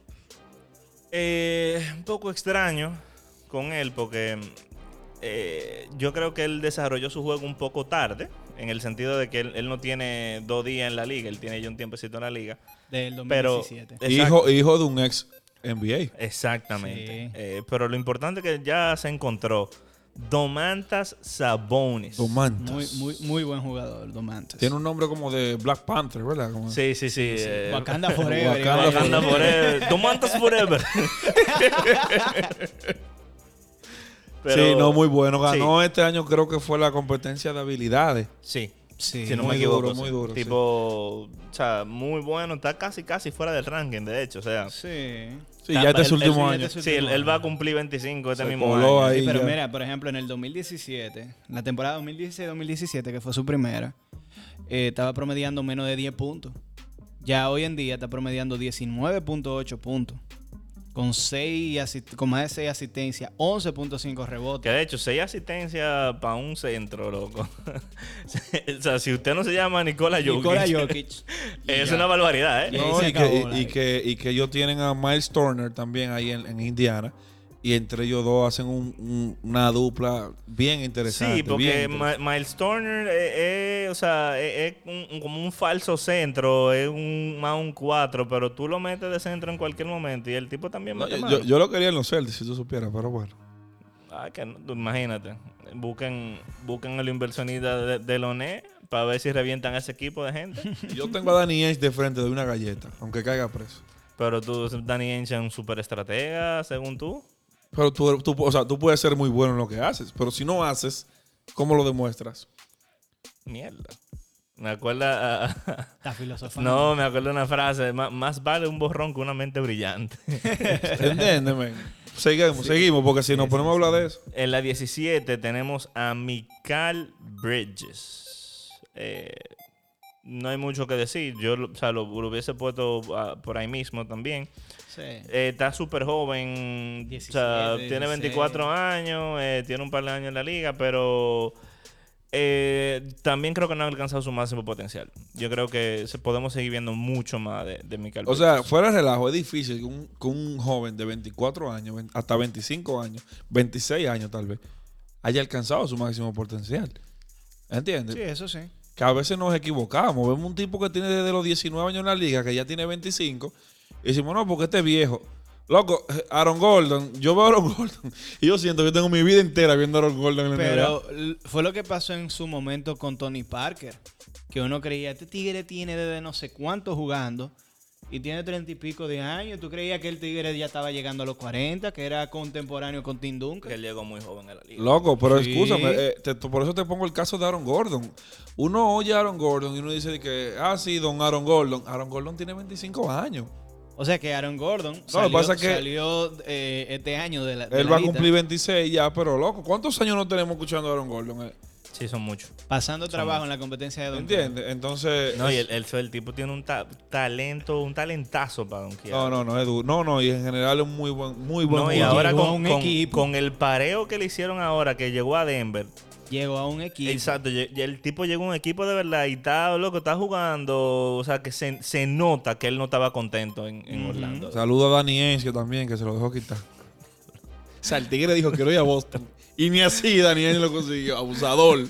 [SPEAKER 3] eh, un poco extraño con él porque eh, yo creo que él desarrolló su juego un poco tarde, en el sentido de que él, él no tiene dos días en la liga, él tiene ya un tiempecito en la liga.
[SPEAKER 2] Del dos mil
[SPEAKER 3] Pero
[SPEAKER 2] diecisiete.
[SPEAKER 3] Exacto.
[SPEAKER 1] Hijo, hijo de un ex N B A.
[SPEAKER 3] Exactamente.
[SPEAKER 2] Sí.
[SPEAKER 3] Eh, pero lo importante es que ya se encontró Domantas Sabonis.
[SPEAKER 1] Domantas.
[SPEAKER 2] Muy, muy, muy buen jugador, Domantas.
[SPEAKER 1] Tiene un nombre como de Black Panther, ¿verdad? Como-
[SPEAKER 3] Sí, sí, sí. eh,
[SPEAKER 2] Wakanda Forever.
[SPEAKER 1] Wakanda
[SPEAKER 2] igual.
[SPEAKER 3] Wakanda Forever. Domantas Forever. Pero-
[SPEAKER 1] sí, no, muy bueno.
[SPEAKER 3] Sí.
[SPEAKER 1] Ganó este año, creo que fue la competencia de habilidades.
[SPEAKER 3] Sí.
[SPEAKER 2] Sí.
[SPEAKER 3] Si no
[SPEAKER 1] muy
[SPEAKER 3] me equivoco.
[SPEAKER 1] duro,
[SPEAKER 3] sí.
[SPEAKER 1] muy duro,
[SPEAKER 3] Tipo, o sea, muy bueno. Está casi, casi fuera del ranking, de hecho. O sea,
[SPEAKER 2] Sí.
[SPEAKER 1] Sí,
[SPEAKER 3] Está-
[SPEAKER 1] ya este es su
[SPEAKER 3] él-
[SPEAKER 1] último
[SPEAKER 2] él-
[SPEAKER 1] año.
[SPEAKER 2] este es
[SPEAKER 3] sí, él, él va a cumplir veinticinco este
[SPEAKER 1] Se
[SPEAKER 3] mismo
[SPEAKER 1] coló
[SPEAKER 3] año.
[SPEAKER 1] ahí.
[SPEAKER 2] Sí, pero
[SPEAKER 1] ya.
[SPEAKER 2] mira, por ejemplo, en el dos mil diecisiete, la temporada dos mil dieciséis dos mil diecisiete, que fue su primera, eh, estaba promediando menos de diez puntos. Ya hoy en día está promediando diecinueve punto ocho puntos. Con, seis asit- con más de seis asistencias, once punto cinco
[SPEAKER 3] Que
[SPEAKER 2] rebotes.
[SPEAKER 3] de hecho, seis asistencias para un centro, loco. O sea, si usted no se llama Nikola Jokic,
[SPEAKER 2] Nikola Jokic. y
[SPEAKER 3] es
[SPEAKER 2] ya.
[SPEAKER 3] una barbaridad, ¿eh?
[SPEAKER 2] Y ahí
[SPEAKER 1] No,
[SPEAKER 2] se
[SPEAKER 1] y, que,
[SPEAKER 2] acabó
[SPEAKER 1] y-
[SPEAKER 2] la
[SPEAKER 1] y
[SPEAKER 2] liga.
[SPEAKER 1] que, y que ellos tienen a Miles Turner también ahí en, en Indiana. Y entre ellos dos hacen un- un- una dupla bien interesante.
[SPEAKER 3] Sí, porque
[SPEAKER 1] bien
[SPEAKER 3] Ma-
[SPEAKER 1] interesante.
[SPEAKER 3] Miles Turner es, es, o sea, es, es un- un- como un falso centro, es un más un cuatro, pero tú lo metes de centro en cualquier momento y el tipo también
[SPEAKER 1] No,
[SPEAKER 3] mete
[SPEAKER 1] yo,
[SPEAKER 3] mano.
[SPEAKER 1] yo- yo lo quería en los Celtics, si tú supieras, pero bueno.
[SPEAKER 3] Ay, que no, tú imagínate, busquen, busquen a los inversionistas de, de Loné para ver si revientan a ese equipo de gente.
[SPEAKER 1] Yo tengo a Danny Ainge de frente de una galleta, aunque caiga preso.
[SPEAKER 3] Pero tú, Danny Ainge es un super estratega, según tú.
[SPEAKER 1] Pero tú, tú, o sea, tú puedes ser muy bueno en lo que haces, pero si no haces, ¿cómo lo demuestras?
[SPEAKER 3] Mierda. Me acuerda... a-
[SPEAKER 2] Está filosofando.
[SPEAKER 3] no, me acuerdo de una frase, "Má- más vale un borrón que una mente brillante".
[SPEAKER 1] ¿Entiendes, men? O seguimos, sí. seguimos, porque si nos sí, ponemos sí, a hablar sí. de eso.
[SPEAKER 3] En la diecisiete tenemos a Mikal Bridges. Eh, no hay mucho que decir. Yo o sea, lo, lo hubiese puesto uh, por ahí mismo también. Sí. Eh, está súper joven. diecisiete, o sea, tiene veinticuatro años, eh, tiene un par de años en la liga, pero... Eh, también creo que no ha alcanzado su máximo potencial. Yo creo que se, podemos seguir viendo mucho más de, de Mikal
[SPEAKER 1] Bridges. O sea, fuera de relajo, es difícil que un, que un joven de veinticuatro años, hasta veinticinco años, veintiséis años tal vez, haya alcanzado su máximo potencial. ¿Entiendes?
[SPEAKER 2] Sí, eso sí.
[SPEAKER 1] Que a veces nos equivocamos. Vemos un tipo que tiene desde los diecinueve años en la liga, que ya tiene veinticinco, y decimos, no, porque este es viejo. Loco, Aaron Gordon, yo veo a Aaron Gordon y yo siento que tengo mi vida entera viendo a Aaron Gordon en la
[SPEAKER 2] Pero
[SPEAKER 1] N B A.
[SPEAKER 2] Fue lo que pasó en su momento con Tony Parker, que uno creía, este tigre tiene desde no sé cuánto jugando y tiene treinta y pico de años. Tú creías que el tigre ya estaba llegando a los cuarenta, que era contemporáneo con Tim Duncan.
[SPEAKER 3] Que él llegó muy joven a la liga.
[SPEAKER 1] Loco, pero sí. Escúchame, eh, te, por eso te pongo el caso de Aaron Gordon. Uno oye a Aaron Gordon y uno dice que, ah, sí, don Aaron Gordon. Aaron Gordon tiene veinticinco años.
[SPEAKER 2] O sea que Aaron Gordon
[SPEAKER 1] no,
[SPEAKER 2] salió,
[SPEAKER 1] pasa que
[SPEAKER 2] salió eh, este año de la de
[SPEAKER 1] Él
[SPEAKER 2] la
[SPEAKER 1] va
[SPEAKER 2] lista.
[SPEAKER 1] a cumplir veintiséis ya, pero loco, ¿cuántos años no tenemos escuchando a Aaron Gordon? Eh?
[SPEAKER 3] Sí, son muchos.
[SPEAKER 2] Pasando
[SPEAKER 3] son
[SPEAKER 2] trabajo
[SPEAKER 3] muchos.
[SPEAKER 2] en la competencia de Don
[SPEAKER 1] ¿Entiendes? Entonces...
[SPEAKER 3] No, y el, el, el tipo tiene un ta talento, un talentazo para donkear.
[SPEAKER 1] No, no, no, Edu. No, no, y en general es muy buen, muy buen
[SPEAKER 3] no,
[SPEAKER 1] jugador.
[SPEAKER 3] Y ahora
[SPEAKER 2] con,
[SPEAKER 3] con, con, con el pareo que le hicieron ahora, que llegó a Denver...
[SPEAKER 2] Llegó a un equipo.
[SPEAKER 3] Exacto, el tipo llegó a un equipo de verdad y está, loco, está jugando. O sea, que se, se nota que él no estaba contento en, en uh-huh. Orlando.
[SPEAKER 1] Saludo a Dani Encio también, que se lo dejó quitar. O sea, el tigre dijo que no iba a Boston. Y ni así Dani Encio lo consiguió. Abusador.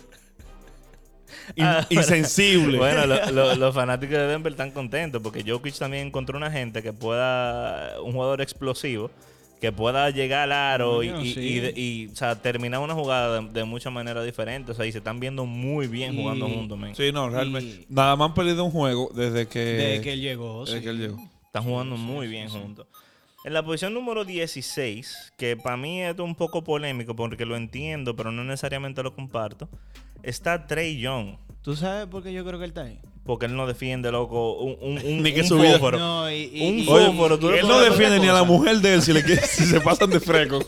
[SPEAKER 1] In, ah, insensible.
[SPEAKER 3] Bueno, lo, lo, los fanáticos de Denver están contentos porque Jokic también encontró una gente que pueda, un jugador explosivo, que pueda llegar al aro y, no, y, sí. y, y, y o sea, terminar una jugada de, de muchas maneras diferentes. O sea, y se están viendo muy bien y, jugando juntos, man.
[SPEAKER 1] Sí, no, realmente. Y, nada más han perdido un juego desde que...
[SPEAKER 2] Desde que él llegó.
[SPEAKER 1] Desde
[SPEAKER 2] sí.
[SPEAKER 1] que él llegó.
[SPEAKER 3] Están jugando
[SPEAKER 2] sí,
[SPEAKER 3] muy
[SPEAKER 2] sí,
[SPEAKER 3] bien
[SPEAKER 2] sí,
[SPEAKER 3] juntos. En la posición número dieciséis, que para mí es un poco polémico porque lo entiendo, pero no necesariamente lo comparto, está Trae Young.
[SPEAKER 2] ¿Tú sabes por qué yo creo que él está ahí?
[SPEAKER 3] Porque él no defiende, loco, un, un, un,
[SPEAKER 1] ni que
[SPEAKER 3] un
[SPEAKER 1] su
[SPEAKER 3] fósforo.
[SPEAKER 2] No, y, y,
[SPEAKER 3] un
[SPEAKER 2] y,
[SPEAKER 3] fósforo.
[SPEAKER 1] Oye, él no defiende ni a la mujer de él si, le, si se pasan de fresco.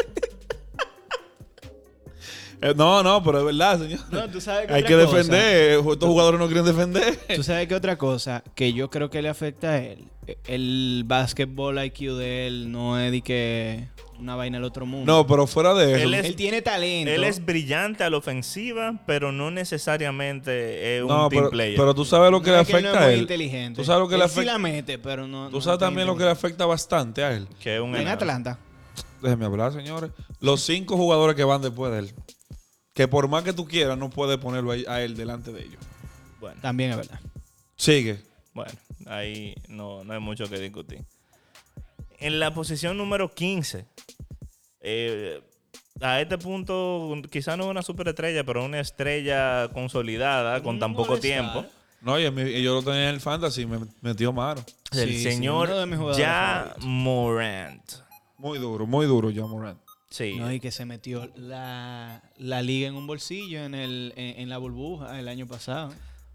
[SPEAKER 1] No, no, pero es verdad, señor.
[SPEAKER 2] No, tú sabes que
[SPEAKER 1] hay que cosa, defender. Estos jugadores no quieren defender.
[SPEAKER 2] Tú sabes que otra cosa que yo creo que le afecta a él. El basketball I Q de él no es de que una vaina del otro mundo.
[SPEAKER 1] No, pero fuera de eso.
[SPEAKER 2] Él, es, él tiene talento.
[SPEAKER 3] Él es brillante a la ofensiva, pero no necesariamente es un
[SPEAKER 1] no,
[SPEAKER 3] team
[SPEAKER 1] pero,
[SPEAKER 3] player.
[SPEAKER 1] Pero tú sabes lo que
[SPEAKER 2] no
[SPEAKER 1] le
[SPEAKER 2] es que
[SPEAKER 1] afecta
[SPEAKER 2] él no es
[SPEAKER 1] a
[SPEAKER 2] muy
[SPEAKER 1] él.
[SPEAKER 2] inteligente.
[SPEAKER 1] Tú sabes lo que
[SPEAKER 2] él
[SPEAKER 1] le afecta.
[SPEAKER 2] Sí la mete, pero no.
[SPEAKER 1] Tú
[SPEAKER 2] no
[SPEAKER 1] sabes también lo que le afecta bastante a él.
[SPEAKER 3] Que es un
[SPEAKER 2] en Atlanta.
[SPEAKER 1] Déjeme hablar, señores. Los cinco jugadores que van después de él. Que por más que tú quieras, no puedes ponerlo a él delante de ellos.
[SPEAKER 2] Bueno, también es verdad.
[SPEAKER 1] Sigue.
[SPEAKER 3] Bueno, ahí no, no hay mucho que discutir. En la posición número quince, eh, a este punto quizás no es una superestrella, pero una estrella consolidada con tan poco tiempo.
[SPEAKER 1] No, y, mi, y yo lo tenía en el fantasy, me metió mano.
[SPEAKER 3] El
[SPEAKER 2] sí,
[SPEAKER 3] señor
[SPEAKER 2] sí,
[SPEAKER 3] Ja Morant.
[SPEAKER 1] Muy duro, muy duro Ja Morant.
[SPEAKER 3] Sí.
[SPEAKER 2] No, y que se metió la, la liga en un bolsillo en, el, en, en la burbuja el año pasado.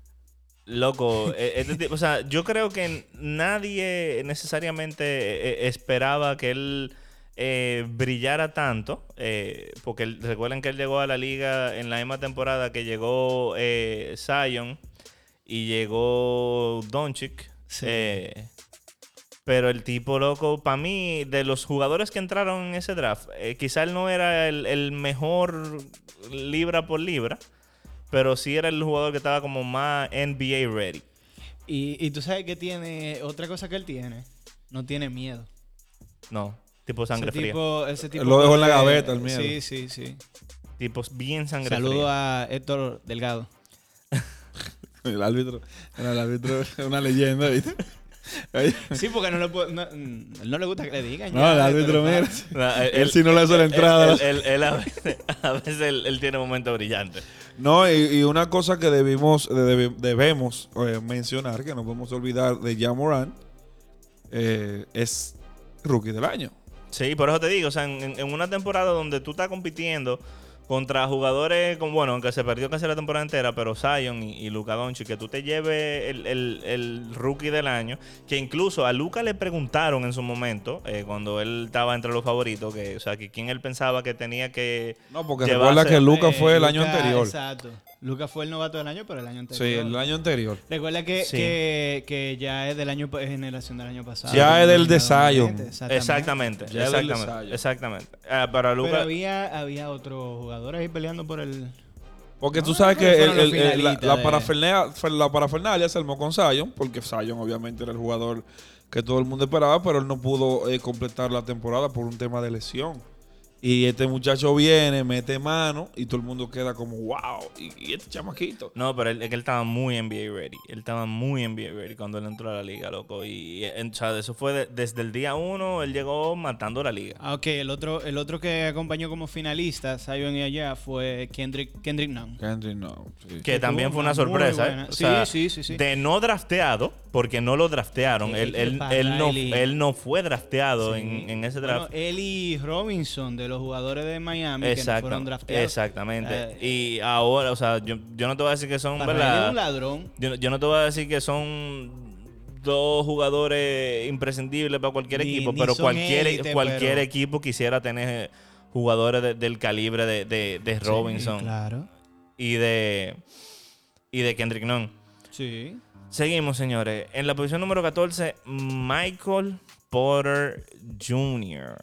[SPEAKER 3] Loco, este tipo, o sea, yo creo que nadie necesariamente esperaba que él eh, brillara tanto, eh, porque él, recuerden que él llegó a la liga en la misma temporada que llegó eh, Zion y llegó Doncic.
[SPEAKER 2] Sí.
[SPEAKER 3] Eh, pero el tipo, loco, para mí, de los jugadores que entraron en ese draft, eh, quizá él no era el, el mejor libra por libra, pero sí era el jugador que estaba como más N B A ready.
[SPEAKER 2] Y, y tú sabes que tiene, otra cosa que él tiene, no tiene miedo.
[SPEAKER 3] No, tipo sangre
[SPEAKER 2] ese
[SPEAKER 3] fría.
[SPEAKER 2] Tipo, ese tipo
[SPEAKER 1] lo dejó en la
[SPEAKER 2] de,
[SPEAKER 1] gaveta el miedo.
[SPEAKER 2] Sí, sí, sí.
[SPEAKER 3] Tipos bien sangre
[SPEAKER 2] Saludo
[SPEAKER 3] fría.
[SPEAKER 2] Saludo a Héctor Delgado.
[SPEAKER 1] El árbitro, el árbitro es una leyenda, ¿viste?
[SPEAKER 2] Sí, porque no le, puedo, no, no le gusta que le digan.
[SPEAKER 1] No, el árbitro, mira. No, él, él sí no le hace la entrada.
[SPEAKER 3] Él, él, él, él a veces, a veces él, él tiene momentos brillantes.
[SPEAKER 1] No, y, y una cosa que debimos, deb, debemos eh, mencionar, que no podemos olvidar de Ja Morant, eh, es rookie del año.
[SPEAKER 3] Sí, por eso te digo, o sea, en, en una temporada donde tú estás compitiendo contra jugadores, con, bueno, aunque se perdió casi la temporada entera, pero Zion y, y Luka Doncic, que tú te lleves el, el, el rookie del año, que incluso a Luka le preguntaron en su momento, eh, cuando él estaba entre los favoritos, que, o sea, que quién él pensaba que tenía que
[SPEAKER 1] No, porque
[SPEAKER 3] llevarse.
[SPEAKER 1] recuerda que Luka
[SPEAKER 2] Eh,
[SPEAKER 1] fue el
[SPEAKER 2] Luka,
[SPEAKER 1] año anterior.
[SPEAKER 2] Exacto. Luka fue el novato del año, pero el año anterior.
[SPEAKER 1] Sí, el año anterior.
[SPEAKER 2] Recuerda que,
[SPEAKER 3] Sí.
[SPEAKER 2] que, que ya es del año es generación del año pasado.
[SPEAKER 1] Ya es del de
[SPEAKER 2] Exactamente,
[SPEAKER 1] Zion.
[SPEAKER 3] Exactamente,
[SPEAKER 1] Ya es del
[SPEAKER 3] exactamente,
[SPEAKER 1] ensayo.
[SPEAKER 3] exactamente. Ah, para
[SPEAKER 2] Pero
[SPEAKER 3] Luka,
[SPEAKER 2] había, había otro jugador ahí peleando por el...
[SPEAKER 1] Porque tú
[SPEAKER 2] No,
[SPEAKER 1] sabes que
[SPEAKER 2] fueron
[SPEAKER 1] el-
[SPEAKER 2] los
[SPEAKER 1] el- el- la,
[SPEAKER 2] finalistas
[SPEAKER 1] la
[SPEAKER 2] de-
[SPEAKER 1] parafernalia, la parafernalia se armó con Zion, porque Zion obviamente era el jugador que todo el mundo esperaba, pero él no pudo eh, completar la temporada por un tema de lesión. Y este muchacho viene, mete mano y todo el mundo queda como, wow, y, y este chamaquito.
[SPEAKER 3] no, pero él, es que él estaba muy N B A ready. Él estaba muy N B A ready cuando él entró a la liga, loco. Y, y, o sea, eso fue de- desde el día uno, él llegó matando la liga.
[SPEAKER 2] Ah, ok, el otro, el otro que acompañó como finalista, Zion y allá, fue Kendrick, Kendrick Nunn.
[SPEAKER 1] Kendrick, no. Sí.
[SPEAKER 3] Que
[SPEAKER 2] Que
[SPEAKER 3] también
[SPEAKER 2] tuvo
[SPEAKER 3] fue una
[SPEAKER 2] una muy
[SPEAKER 3] sorpresa. ¿eh?
[SPEAKER 2] buena-
[SPEAKER 3] O
[SPEAKER 2] sí,
[SPEAKER 3] sea,
[SPEAKER 2] sí, sí, sí.
[SPEAKER 3] De no drafteado, porque no lo draftearon.
[SPEAKER 2] Sí,
[SPEAKER 3] él,
[SPEAKER 2] que
[SPEAKER 3] él,
[SPEAKER 2] para
[SPEAKER 3] él, no,
[SPEAKER 2] Riley.
[SPEAKER 3] él no fue drafteado
[SPEAKER 2] Sí.
[SPEAKER 3] en, en ese
[SPEAKER 2] Bueno,
[SPEAKER 3] draft.
[SPEAKER 2] él y Robinson, de los jugadores de Miami, que no
[SPEAKER 3] Exacta-
[SPEAKER 2] fueron drafteados.
[SPEAKER 3] exactamente.
[SPEAKER 2] Eh,
[SPEAKER 3] y ahora, o sea, yo, yo no te voy a decir que son,
[SPEAKER 2] Para
[SPEAKER 3] ¿verdad?
[SPEAKER 2] él es un ladrón.
[SPEAKER 3] Yo, yo no te voy a decir que son dos jugadores imprescindibles para cualquier
[SPEAKER 2] Ni-
[SPEAKER 3] equipo,
[SPEAKER 2] ni
[SPEAKER 3] pero
[SPEAKER 2] son
[SPEAKER 3] cualquier,
[SPEAKER 2] élite,
[SPEAKER 3] cualquier
[SPEAKER 2] pero-
[SPEAKER 3] equipo quisiera tener jugadores de- del calibre de, de, de Robinson
[SPEAKER 2] Sí, claro.
[SPEAKER 3] y de y de Kendrick Nunn.
[SPEAKER 2] Sí.
[SPEAKER 3] Seguimos, señores. En la posición número catorce, Michael Porter junior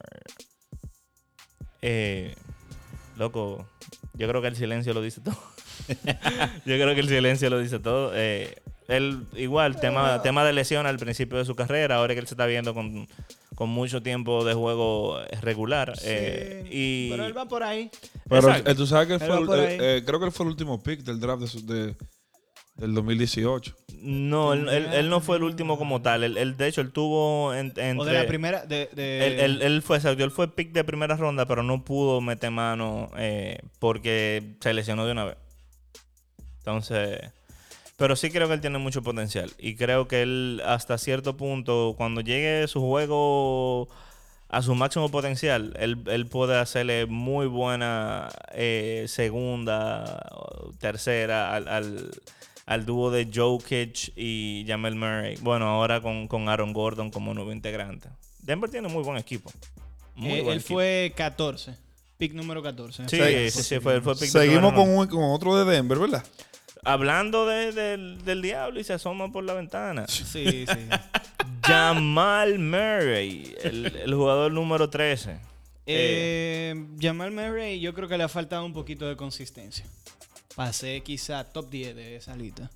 [SPEAKER 3] Eh, loco, yo creo que el silencio lo dice todo. Yo creo que el silencio lo dice todo. Eh, él, igual, tema, tema de lesión al principio de su carrera, ahora que él se está viendo con, con mucho tiempo de juego regular. Eh, y
[SPEAKER 2] Pero él va por ahí.
[SPEAKER 1] Pero
[SPEAKER 3] Exacto.
[SPEAKER 1] eh, tú sabes que él
[SPEAKER 2] Él
[SPEAKER 1] fue,
[SPEAKER 2] va
[SPEAKER 1] el-
[SPEAKER 2] por
[SPEAKER 1] eh,
[SPEAKER 2] ahí.
[SPEAKER 1] eh, creo que él fue el último pick del draft de su- de- del dos mil dieciocho.
[SPEAKER 3] no, él, él- él no fue el último como tal. Él, él, de hecho, él tuvo en- entre...
[SPEAKER 2] O de la primera. De, de-
[SPEAKER 3] Él, él- él fue, exacto, él fue pick de primera ronda, pero no pudo meter mano eh, porque se lesionó de una vez. Entonces, pero sí creo que él tiene mucho potencial. Y creo que él, hasta cierto punto, cuando llegue su juego a su máximo potencial, él, él puede hacerle muy buena eh, segunda, o tercera al, al, al dúo de Jokic y Jamal Murray. Bueno, ahora con, con Aaron Gordon como nuevo integrante. Denver tiene muy buen equipo. Muy
[SPEAKER 2] eh,
[SPEAKER 3] buen
[SPEAKER 2] él
[SPEAKER 3] equipo.
[SPEAKER 2] fue catorce. Pick número catorce.
[SPEAKER 3] Sí,
[SPEAKER 1] Sí.
[SPEAKER 3] sí, sí, fue, fue pick de
[SPEAKER 1] Seguimos
[SPEAKER 3] primera
[SPEAKER 1] con,
[SPEAKER 3] ronda.
[SPEAKER 1] un- con otro de Denver, ¿verdad?
[SPEAKER 3] Hablando de- del- del diablo y se asoma por la ventana.
[SPEAKER 2] Sí, sí.
[SPEAKER 3] Jamal Murray, el, el jugador número trece.
[SPEAKER 2] Eh, Jamal Murray, yo creo que le ha faltado un poquito de consistencia. Pasé quizá top diez de esa lista.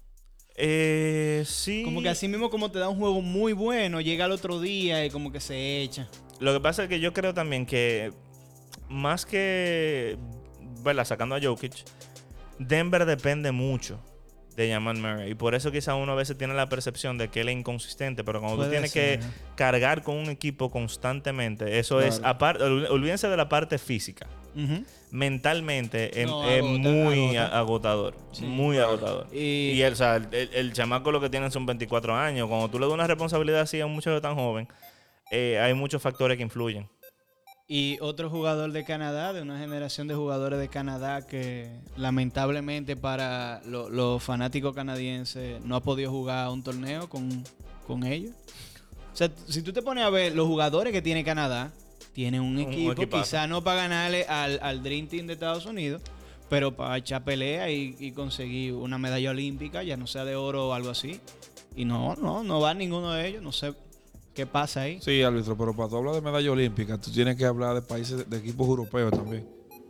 [SPEAKER 3] Eh, sí.
[SPEAKER 2] Como que así mismo como te da un juego muy bueno, llega al otro día y como que se echa.
[SPEAKER 3] Lo que pasa es que yo creo también que más que, ¿verdad? Sacando a Jokic, Denver depende mucho de Jamal Murray. Y por eso quizá uno a veces tiene la percepción de que él es inconsistente. Pero cuando tú
[SPEAKER 2] Puede
[SPEAKER 3] tienes
[SPEAKER 2] ser.
[SPEAKER 3] que cargar con un equipo constantemente, eso es,
[SPEAKER 1] Claro.
[SPEAKER 3] aparte, ol- olvídense de la parte física.
[SPEAKER 2] Ujú.
[SPEAKER 3] Mentalmente es,
[SPEAKER 2] No,
[SPEAKER 3] es
[SPEAKER 2] agota-
[SPEAKER 3] muy
[SPEAKER 2] agota.
[SPEAKER 3] a- agotador.
[SPEAKER 2] Sí.
[SPEAKER 3] Muy agotador.
[SPEAKER 2] Y-
[SPEAKER 3] Y, él, o sea, el, el- el chamaco lo que tiene son veinticuatro años. Cuando tú le das una responsabilidad así a un muchacho tan joven, eh, hay muchos factores que influyen.
[SPEAKER 2] Y otro jugador de Canadá, de una generación de jugadores de Canadá que lamentablemente para lo- los fanáticos canadienses no ha podido jugar un torneo con, con ellos. O sea, si tú te pones a ver los jugadores que tiene Canadá, tienen un
[SPEAKER 3] Un
[SPEAKER 2] equipo,
[SPEAKER 3] equipazo.
[SPEAKER 2] quizá no para ganarle al, al Dream Team de Estados Unidos, pero para echar pelea y, y conseguir una medalla olímpica, ya no sea de oro o algo así. Y no, no, no va ninguno de ellos, no sé qué pasa ahí.
[SPEAKER 1] Sí, árbitro, pero para tú hablar de medalla olímpica, tú tienes que hablar de países, de equipos europeos también.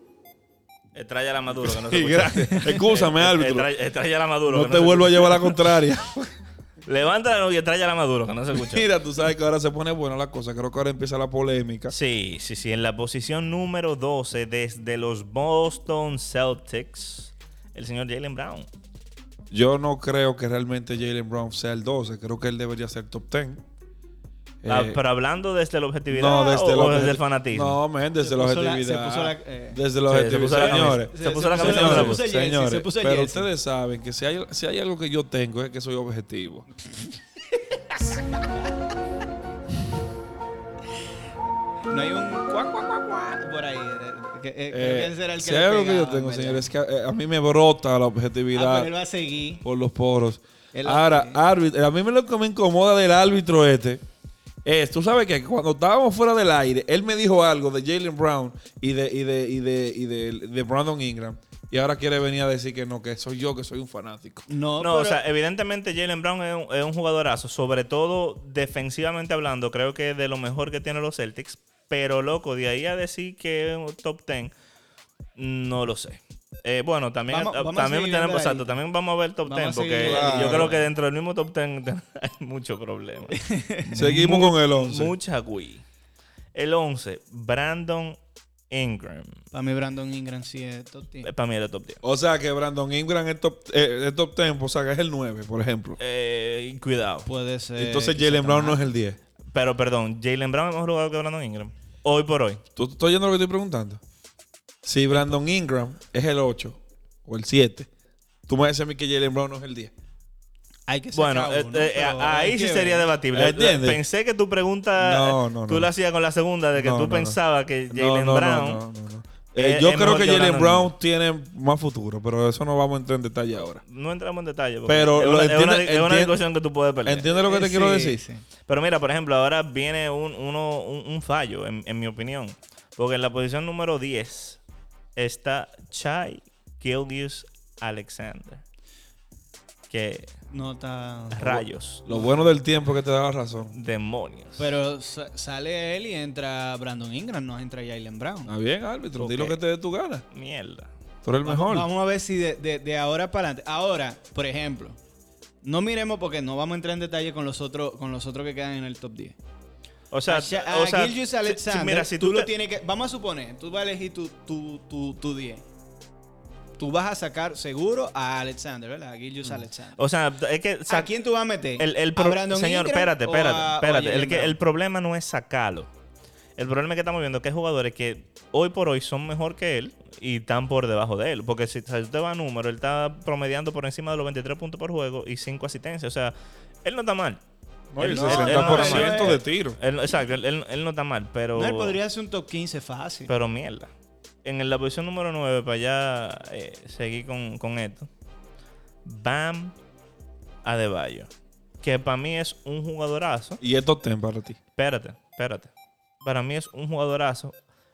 [SPEAKER 3] Trae a la Maduro, que no se
[SPEAKER 1] Y
[SPEAKER 3] escucha.
[SPEAKER 1] gracias. Escúchame, árbitro.
[SPEAKER 3] Trae a la Maduro.
[SPEAKER 1] No
[SPEAKER 3] que
[SPEAKER 1] te
[SPEAKER 3] se
[SPEAKER 1] vuelvo a
[SPEAKER 3] escucha.
[SPEAKER 1] llevar la contraria.
[SPEAKER 3] Levántala y trae a la Maduro, que no se escucha.
[SPEAKER 1] Mira, tú sabes que ahora se pone buena la cosa. Creo que ahora empieza la polémica.
[SPEAKER 3] Sí, sí, sí. En la posición número doce, desde los Boston Celtics, el señor Jaylen Brown.
[SPEAKER 1] Yo no creo que realmente Jaylen Brown sea el doce. Creo que él debería ser top diez.
[SPEAKER 3] Ah,
[SPEAKER 1] Eh,
[SPEAKER 3] pero hablando desde la objetividad
[SPEAKER 1] no, desde,
[SPEAKER 3] o,
[SPEAKER 1] la
[SPEAKER 3] o desde
[SPEAKER 1] objeti-
[SPEAKER 3] el fanatismo.
[SPEAKER 1] No, men, desde
[SPEAKER 2] Se
[SPEAKER 1] la
[SPEAKER 2] puso la-
[SPEAKER 1] objetividad.
[SPEAKER 2] se puso la- eh.
[SPEAKER 1] Desde la
[SPEAKER 3] Sí, se
[SPEAKER 1] objetividad.
[SPEAKER 3] puso la camisa.
[SPEAKER 1] Señores,
[SPEAKER 3] Se puso la
[SPEAKER 2] se
[SPEAKER 3] camisa
[SPEAKER 2] puso-
[SPEAKER 3] de
[SPEAKER 2] se
[SPEAKER 3] la
[SPEAKER 2] puso el jersey,
[SPEAKER 1] señores,
[SPEAKER 2] se puso el
[SPEAKER 1] pero
[SPEAKER 2] jersey.
[SPEAKER 1] ustedes saben que si hay, si hay algo que yo tengo es que soy objetivo.
[SPEAKER 2] No hay un cuac, cuac, cuac, cuac por ahí. Que, eh, creo
[SPEAKER 1] Eh,
[SPEAKER 2] que ese era el que
[SPEAKER 1] sé
[SPEAKER 2] le
[SPEAKER 1] lo que yo
[SPEAKER 2] pegaba,
[SPEAKER 1] tengo,
[SPEAKER 2] ¿verdad?
[SPEAKER 1] señores. Es que eh, a mí me brota la
[SPEAKER 2] Ah,
[SPEAKER 1] objetividad
[SPEAKER 2] pero él va a seguir.
[SPEAKER 1] por los poros.
[SPEAKER 2] Él va a
[SPEAKER 1] Ahora,
[SPEAKER 2] seguir.
[SPEAKER 1] árbitro, a mí me lo que me incomoda del árbitro este es, tú sabes que cuando estábamos fuera del aire, él me dijo algo de Jaylen Brown y de, y de, y de, y de, de Brandon Ingram. Y ahora quiere venir a decir que no, que soy yo, que soy un fanático.
[SPEAKER 2] No,
[SPEAKER 3] No,
[SPEAKER 2] pero
[SPEAKER 3] o sea, evidentemente Jaylen Brown es un, es un jugadorazo, sobre todo defensivamente hablando, creo que es de lo mejor que tienen los Celtics, pero loco, de ahí a decir que es un top diez, no lo sé. Eh, bueno, también,
[SPEAKER 2] Vamos- vamos a
[SPEAKER 3] también
[SPEAKER 2] seguir
[SPEAKER 3] tenemos,
[SPEAKER 2] viendo
[SPEAKER 3] exacto,
[SPEAKER 2] ahí.
[SPEAKER 3] también vamos a ver el top
[SPEAKER 2] Vamos a
[SPEAKER 3] diez,
[SPEAKER 2] seguir
[SPEAKER 3] porque
[SPEAKER 1] viendo
[SPEAKER 3] yo
[SPEAKER 1] ahí.
[SPEAKER 3] creo que dentro del mismo top diez hay muchos problemas.
[SPEAKER 1] Seguimos
[SPEAKER 3] Mu-
[SPEAKER 1] con el once.
[SPEAKER 3] Mucha Wii. El once, Brandon Ingram.
[SPEAKER 2] para mí Brandon Ingram sí es top diez.
[SPEAKER 3] Para mí era el top diez.
[SPEAKER 1] O sea que Brandon Ingram es top, eh, es top diez, o sea que es el nueve, por ejemplo.
[SPEAKER 3] Eh, cuidado.
[SPEAKER 2] Puede ser.
[SPEAKER 1] Entonces
[SPEAKER 2] quizá
[SPEAKER 1] Jaylen Brown no es
[SPEAKER 2] más.
[SPEAKER 1] el diez.
[SPEAKER 3] Pero perdón, Jaylen Brown es mejor jugador que Brandon Ingram. Hoy por hoy.
[SPEAKER 1] ¿Tú estás oyendo lo que estoy preguntando? Si Brandon Ingram es el ocho o el siete, tú me dices a mí que Jaylen Brown no es el diez.
[SPEAKER 2] Hay que
[SPEAKER 3] Bueno,
[SPEAKER 2] sacar
[SPEAKER 3] eh,
[SPEAKER 2] uno,
[SPEAKER 3] eh,
[SPEAKER 2] pero
[SPEAKER 3] ahí
[SPEAKER 2] hay
[SPEAKER 3] sí
[SPEAKER 2] que
[SPEAKER 3] sería
[SPEAKER 2] ver.
[SPEAKER 3] debatible.
[SPEAKER 1] ¿Entiendes?
[SPEAKER 3] Pensé que tu pregunta
[SPEAKER 1] No, no,
[SPEAKER 3] tú
[SPEAKER 1] no.
[SPEAKER 3] la hacías con la segunda de que
[SPEAKER 1] No,
[SPEAKER 3] tú
[SPEAKER 1] no, no.
[SPEAKER 3] pensabas que
[SPEAKER 1] No,
[SPEAKER 3] Jaylen
[SPEAKER 1] no,
[SPEAKER 3] Brown.
[SPEAKER 1] no, no, no, no. Eh,
[SPEAKER 3] es-
[SPEAKER 1] yo
[SPEAKER 3] es
[SPEAKER 1] creo
[SPEAKER 3] mejor
[SPEAKER 1] que
[SPEAKER 3] que
[SPEAKER 1] Jaylen
[SPEAKER 3] Brandon
[SPEAKER 1] Brown
[SPEAKER 3] Ingram.
[SPEAKER 1] tiene más futuro, pero eso no vamos a entrar en detalle ahora.
[SPEAKER 3] No entramos en detalle. porque
[SPEAKER 1] Pero
[SPEAKER 3] es
[SPEAKER 1] lo
[SPEAKER 3] una, es
[SPEAKER 1] entiende-
[SPEAKER 3] una- es una
[SPEAKER 1] entiende-
[SPEAKER 3] discusión que tú puedes perder.
[SPEAKER 1] ¿Entiendes lo que te
[SPEAKER 2] Eh,
[SPEAKER 1] quiero
[SPEAKER 2] sí,
[SPEAKER 1] decir?
[SPEAKER 2] sí.
[SPEAKER 3] Pero mira, por ejemplo, ahora viene un, uno, un, un fallo, en, en mi opinión. Porque en la posición número diez está Shai Gilgeous-Alexander. Que
[SPEAKER 2] No está.
[SPEAKER 3] rayos,
[SPEAKER 1] Lo bueno del tiempo que te da la razón.
[SPEAKER 3] demonios.
[SPEAKER 2] Pero sa- sale él y entra Brandon Ingram, no entra Jaylen Brown.
[SPEAKER 1] Está bien, árbitro. Di
[SPEAKER 3] Ok.
[SPEAKER 1] lo que te dé tu gana.
[SPEAKER 3] Mierda.
[SPEAKER 1] Tú eres el
[SPEAKER 2] Vamos,
[SPEAKER 1] mejor.
[SPEAKER 2] vamos a ver si de, de- de ahora para adelante. Ahora, por ejemplo, no miremos porque no vamos a entrar en detalle con los otros, con los otros que quedan en el top diez.
[SPEAKER 3] O sea,
[SPEAKER 2] a Sha-
[SPEAKER 3] o
[SPEAKER 2] a
[SPEAKER 3] sea,
[SPEAKER 2] Gilgeous
[SPEAKER 3] si-
[SPEAKER 2] Alexander,
[SPEAKER 3] si- mira, si
[SPEAKER 2] tú,
[SPEAKER 3] tú,
[SPEAKER 2] lo
[SPEAKER 3] te-
[SPEAKER 2] tienes que. Vamos a suponer, tú vas a elegir tu, tu, tu, tu diez. Tú vas a sacar seguro a Alexander, ¿verdad? A Gilgeous Alexander.
[SPEAKER 3] o sea, es que
[SPEAKER 2] ¿A quién tú vas a meter?
[SPEAKER 3] el, el
[SPEAKER 2] ¿A
[SPEAKER 3] pro-
[SPEAKER 2] Brandon
[SPEAKER 3] señor,
[SPEAKER 2] Ingram
[SPEAKER 3] espérate,
[SPEAKER 2] o
[SPEAKER 3] espérate,
[SPEAKER 2] a- o a
[SPEAKER 3] espérate. El,
[SPEAKER 2] Jaylen
[SPEAKER 3] que,
[SPEAKER 2] Brown?
[SPEAKER 3] el problema no es sacarlo. El problema es que estamos viendo que hay jugadores que hoy por hoy son mejor que él y están por debajo de él. Porque si, si usted va a número, él está promediando por encima de los veintitrés puntos por juego y cinco asistencias. O sea, él no está mal.
[SPEAKER 1] No, y el
[SPEAKER 3] Él- él- él
[SPEAKER 1] sesenta por
[SPEAKER 3] no está
[SPEAKER 1] ciento
[SPEAKER 3] mal.
[SPEAKER 1] de tiro.
[SPEAKER 3] Él- exacto, él, él- él no está mal, pero...
[SPEAKER 2] No, él podría ser un top quince fácil.
[SPEAKER 3] Pero mierda. En la posición número nueve, para ya eh, seguir con, con esto. Bam Adebayo. Que para mí es un jugadorazo.
[SPEAKER 1] Y es top diez para ti.
[SPEAKER 3] Espérate, espérate. Para mí es un jugadorazo.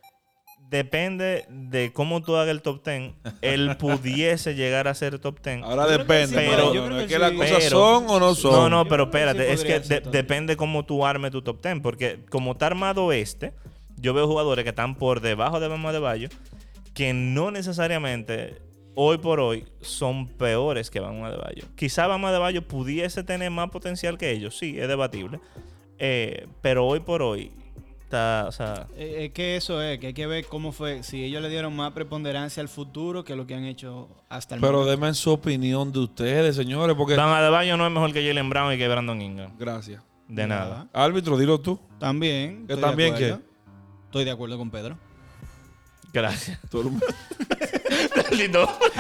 [SPEAKER 3] Depende de cómo tú hagas el top diez. Él pudiese llegar a ser top diez.
[SPEAKER 1] Ahora
[SPEAKER 2] Yo creo que
[SPEAKER 1] depende.
[SPEAKER 2] sí,
[SPEAKER 3] pero-
[SPEAKER 1] no,
[SPEAKER 3] yo
[SPEAKER 1] no,
[SPEAKER 2] creo
[SPEAKER 1] es
[SPEAKER 2] que
[SPEAKER 1] que las
[SPEAKER 2] sí.
[SPEAKER 1] cosas
[SPEAKER 3] Pero-
[SPEAKER 1] son o no son.
[SPEAKER 3] No, no,
[SPEAKER 2] Yo
[SPEAKER 3] pero
[SPEAKER 2] creo que sí
[SPEAKER 3] espérate. es
[SPEAKER 2] podría
[SPEAKER 3] que
[SPEAKER 2] ser
[SPEAKER 3] de-
[SPEAKER 2] top
[SPEAKER 3] depende cómo tú armes tu top diez. Porque como está armado este, yo veo jugadores que están por debajo de Bam Adebayo que no necesariamente hoy por hoy son peores que Bam Adebayo. Quizá Bam Adebayo pudiese tener más potencial que ellos, sí, es debatible. Eh, pero hoy por hoy está, o sea,
[SPEAKER 2] Eh, Es que eso es, que hay que ver cómo fue, si ellos le dieron más preponderancia al futuro que lo que han hecho hasta el
[SPEAKER 1] Pero
[SPEAKER 2] momento.
[SPEAKER 1] denme su opinión de ustedes, señores, porque...
[SPEAKER 3] Bam Adebayo no es mejor que Jaylen Brown y que Brandon Ingram.
[SPEAKER 1] Gracias.
[SPEAKER 3] De
[SPEAKER 2] Ya.
[SPEAKER 3] nada.
[SPEAKER 1] Árbitro, dilo tú.
[SPEAKER 2] También.
[SPEAKER 1] ¿Que
[SPEAKER 2] estoy de
[SPEAKER 1] también qué?
[SPEAKER 2] acuerdo. Estoy de acuerdo con Pedro.
[SPEAKER 3] Gracias.
[SPEAKER 1] Tú-
[SPEAKER 3] Lindo.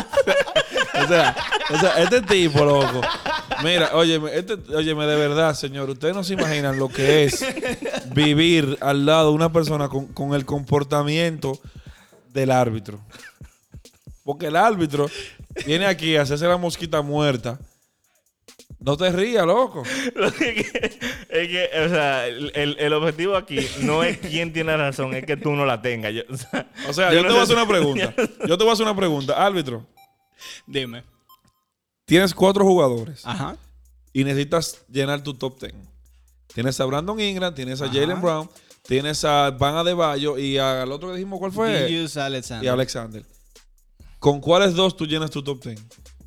[SPEAKER 1] O sea, o sea, este tipo, loco. Mira, óyeme, este, óyeme, de verdad, señor, ustedes no se imaginan lo que es vivir al lado de una persona con, con el comportamiento del árbitro. Porque el árbitro viene aquí a hacerse la mosquita muerta. No te rías, loco.
[SPEAKER 3] Lo que- es que, o sea, el, el- el objetivo aquí no es quién tiene razón, es que tú no la tengas. Yo, o sea,
[SPEAKER 1] O sea,
[SPEAKER 3] yo
[SPEAKER 1] yo,
[SPEAKER 3] no
[SPEAKER 1] te voy a
[SPEAKER 3] sé-
[SPEAKER 1] hacer una pregunta. Yo te voy a hacer una pregunta. Árbitro,
[SPEAKER 2] Dime.
[SPEAKER 1] tienes cuatro jugadores
[SPEAKER 2] Ajá.
[SPEAKER 1] y necesitas llenar tu top diez. Tienes a Brandon Ingram, tienes a
[SPEAKER 2] Ajá.
[SPEAKER 1] Jaylen Brown, tienes a Bam Adebayo y al otro que dijimos, ¿cuál fue?
[SPEAKER 2] Gilgeous Alexander.
[SPEAKER 1] Y Alexander. ¿Con cuáles dos tú llenas tu top diez?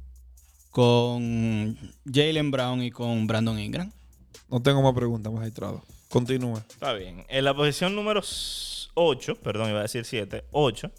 [SPEAKER 2] Con Jaylen Brown y con Brandon Ingram.
[SPEAKER 1] No tengo más preguntas, magistrado. Continúa.
[SPEAKER 3] Está bien. En la posición número ocho, perdón, iba a decir siete, ocho.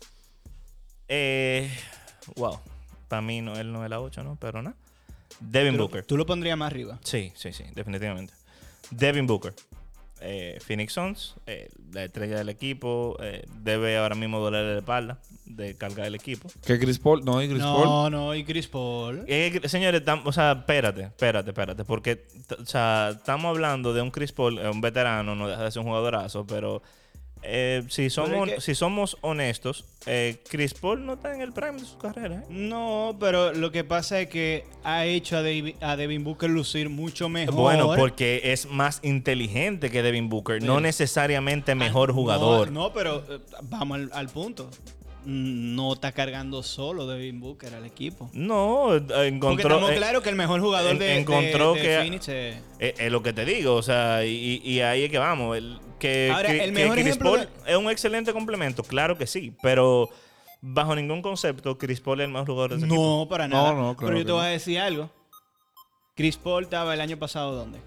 [SPEAKER 3] Eh, wow. Para mí no, él no es la ocho, ¿no? Pero nada. Devin
[SPEAKER 2] Tú lo-
[SPEAKER 3] Booker.
[SPEAKER 2] Tú lo pondrías más arriba.
[SPEAKER 3] Sí, sí, sí, definitivamente. Devin Booker. Eh, Phoenix Suns, eh, la estrella del equipo, eh, debe ahora mismo dolerle la espalda de cargar el equipo.
[SPEAKER 1] ¿Qué Chris Paul? No, y Chris Paul.
[SPEAKER 2] No, no, y Chris Paul.
[SPEAKER 3] Eh, señores, tam- o sea, espérate, espérate, espérate, porque t- o sea, estamos hablando de un Chris Paul, eh, un veterano, no deja de ser un jugadorazo, pero Eh, si, somos,
[SPEAKER 2] que-
[SPEAKER 3] si somos honestos, eh, Chris Paul no está en el prime de su carrera. ¿eh?
[SPEAKER 2] No, pero lo que pasa es que ha hecho a, Davi- a Devin Booker lucir mucho mejor.
[SPEAKER 3] Bueno, porque es más inteligente que Devin Booker, no
[SPEAKER 2] Pero-
[SPEAKER 3] necesariamente
[SPEAKER 2] Ah,
[SPEAKER 3] mejor
[SPEAKER 2] no,
[SPEAKER 3] jugador.
[SPEAKER 2] No, pero eh, vamos al, al punto. No está cargando solo Devin Booker al equipo.
[SPEAKER 3] No, eh,
[SPEAKER 2] Porque
[SPEAKER 3] encontró.
[SPEAKER 2] estamos
[SPEAKER 3] eh,
[SPEAKER 2] claros que el mejor jugador
[SPEAKER 3] en-
[SPEAKER 2] de,
[SPEAKER 3] encontró
[SPEAKER 2] de, de
[SPEAKER 3] que-
[SPEAKER 2] Phoenix es...
[SPEAKER 3] Es, es lo que te digo, o sea, y, y ahí es que vamos. El, que,
[SPEAKER 2] Ahora,
[SPEAKER 3] que-
[SPEAKER 2] el
[SPEAKER 3] que
[SPEAKER 2] mejor
[SPEAKER 3] Chris
[SPEAKER 2] ejemplo
[SPEAKER 3] Paul
[SPEAKER 2] de-
[SPEAKER 3] es un excelente complemento, claro que sí, pero bajo ningún concepto Chris Paul es el mejor jugador de ese equipo.
[SPEAKER 2] No, para nada.
[SPEAKER 1] No, no, claro
[SPEAKER 2] pero yo
[SPEAKER 1] que
[SPEAKER 2] te voy
[SPEAKER 1] no.
[SPEAKER 2] a decir algo. Chris Paul estaba el año pasado ¿dónde?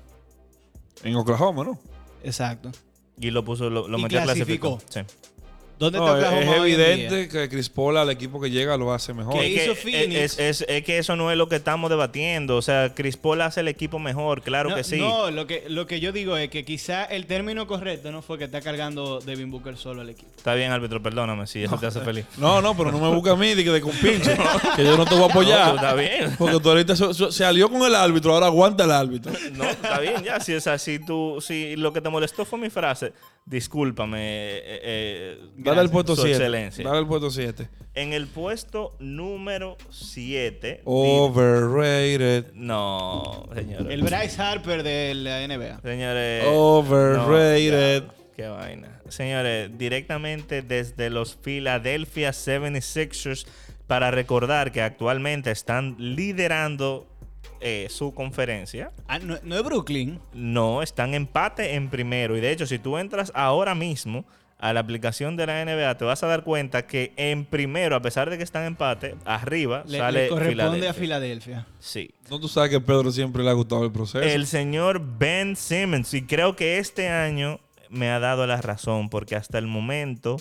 [SPEAKER 1] En Oklahoma, ¿no?
[SPEAKER 2] Exacto.
[SPEAKER 3] Y lo puso, lo, lo
[SPEAKER 2] Y
[SPEAKER 3] metió a
[SPEAKER 2] clasificó.
[SPEAKER 3] clasificar. Sí.
[SPEAKER 2] ¿Dónde
[SPEAKER 1] No,
[SPEAKER 2] está
[SPEAKER 1] es,
[SPEAKER 2] Oklahoma
[SPEAKER 1] es
[SPEAKER 2] hoy en día?
[SPEAKER 1] evidente que Chris Paul al equipo que llega lo hace mejor.
[SPEAKER 2] ¿Qué
[SPEAKER 3] Es
[SPEAKER 2] hizo
[SPEAKER 3] que,
[SPEAKER 2] Phoenix?
[SPEAKER 3] es, es- es que eso no es lo que estamos debatiendo. O sea, Chris Paul hace el equipo mejor, claro
[SPEAKER 2] no,
[SPEAKER 3] que sí.
[SPEAKER 2] No, lo que, lo que yo digo es que quizá el término correcto no fue que está cargando Devin Booker solo al equipo.
[SPEAKER 3] Está bien, árbitro, perdóname si eso te hace feliz.
[SPEAKER 1] No, no, pero no me busca a mí de que de compinche, que yo no te voy a
[SPEAKER 3] No,
[SPEAKER 1] apoyar.
[SPEAKER 3] está bien.
[SPEAKER 1] Porque tú ahorita so- so- se alió con el árbitro, ahora aguanta el árbitro.
[SPEAKER 3] No, está bien, ya. Si, o sea, si, tú, si lo que te molestó fue mi frase, discúlpame. eh, eh,
[SPEAKER 1] Dale el
[SPEAKER 3] gracias,
[SPEAKER 1] puesto
[SPEAKER 3] su
[SPEAKER 1] siete.
[SPEAKER 3] excelencia.
[SPEAKER 1] Dale el puesto siete.
[SPEAKER 3] En el puesto número siete.
[SPEAKER 1] Overrated.
[SPEAKER 3] No, señores.
[SPEAKER 2] El Bryce Harper de la N B A.
[SPEAKER 3] Señores.
[SPEAKER 1] Overrated.
[SPEAKER 3] no, ya, qué vaina. Señores, directamente desde los Philadelphia setenta y seis ers, para recordar que actualmente están liderando eh, su conferencia.
[SPEAKER 2] Ah, no, no es Brooklyn.
[SPEAKER 3] No, están empate en primero. Y de hecho, si tú entras ahora mismo a la aplicación de la N B A, te vas a dar cuenta que en primero, a pesar de que están empate, arriba
[SPEAKER 2] Le,
[SPEAKER 3] sale
[SPEAKER 2] le corresponde
[SPEAKER 3] Filadelfia.
[SPEAKER 2] a Filadelfia.
[SPEAKER 3] Sí.
[SPEAKER 1] No, tú sabes que a Pedro siempre le ha gustado el proceso.
[SPEAKER 3] El señor Ben Simmons. Y creo que este año me ha dado la razón, porque hasta el momento,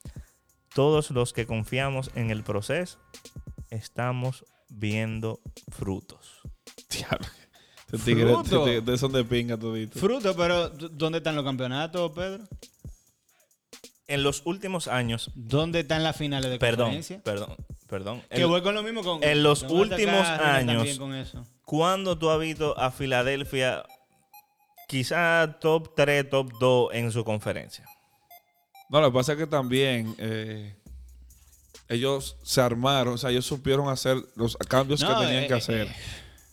[SPEAKER 3] todos los que confiamos en el proceso, estamos viendo frutos.
[SPEAKER 1] Diablo. Este tigre-
[SPEAKER 2] Fruto.
[SPEAKER 1] este tigre- de son de pinga todito.
[SPEAKER 2] Fruto, pero ¿d- ¿dónde están los campeonatos, Pedro?
[SPEAKER 3] En los últimos años,
[SPEAKER 2] ¿Dónde están las finales de
[SPEAKER 3] perdón,
[SPEAKER 2] conferencia?
[SPEAKER 3] perdón, perdón.
[SPEAKER 2] Que
[SPEAKER 3] En-
[SPEAKER 2] voy con lo mismo con...
[SPEAKER 3] en los
[SPEAKER 2] tengo que
[SPEAKER 3] últimos
[SPEAKER 2] atacar a Renan
[SPEAKER 3] años-
[SPEAKER 2] también con eso.
[SPEAKER 3] ¿Cuándo tú has visto a Filadelfia quizá top tres, top dos en su conferencia?
[SPEAKER 1] No, lo que pasa es que también eh, ellos se armaron, o sea, ellos supieron hacer los cambios
[SPEAKER 2] No,
[SPEAKER 1] que tenían
[SPEAKER 2] eh,
[SPEAKER 1] que
[SPEAKER 2] eh,
[SPEAKER 1] hacer.
[SPEAKER 2] eh.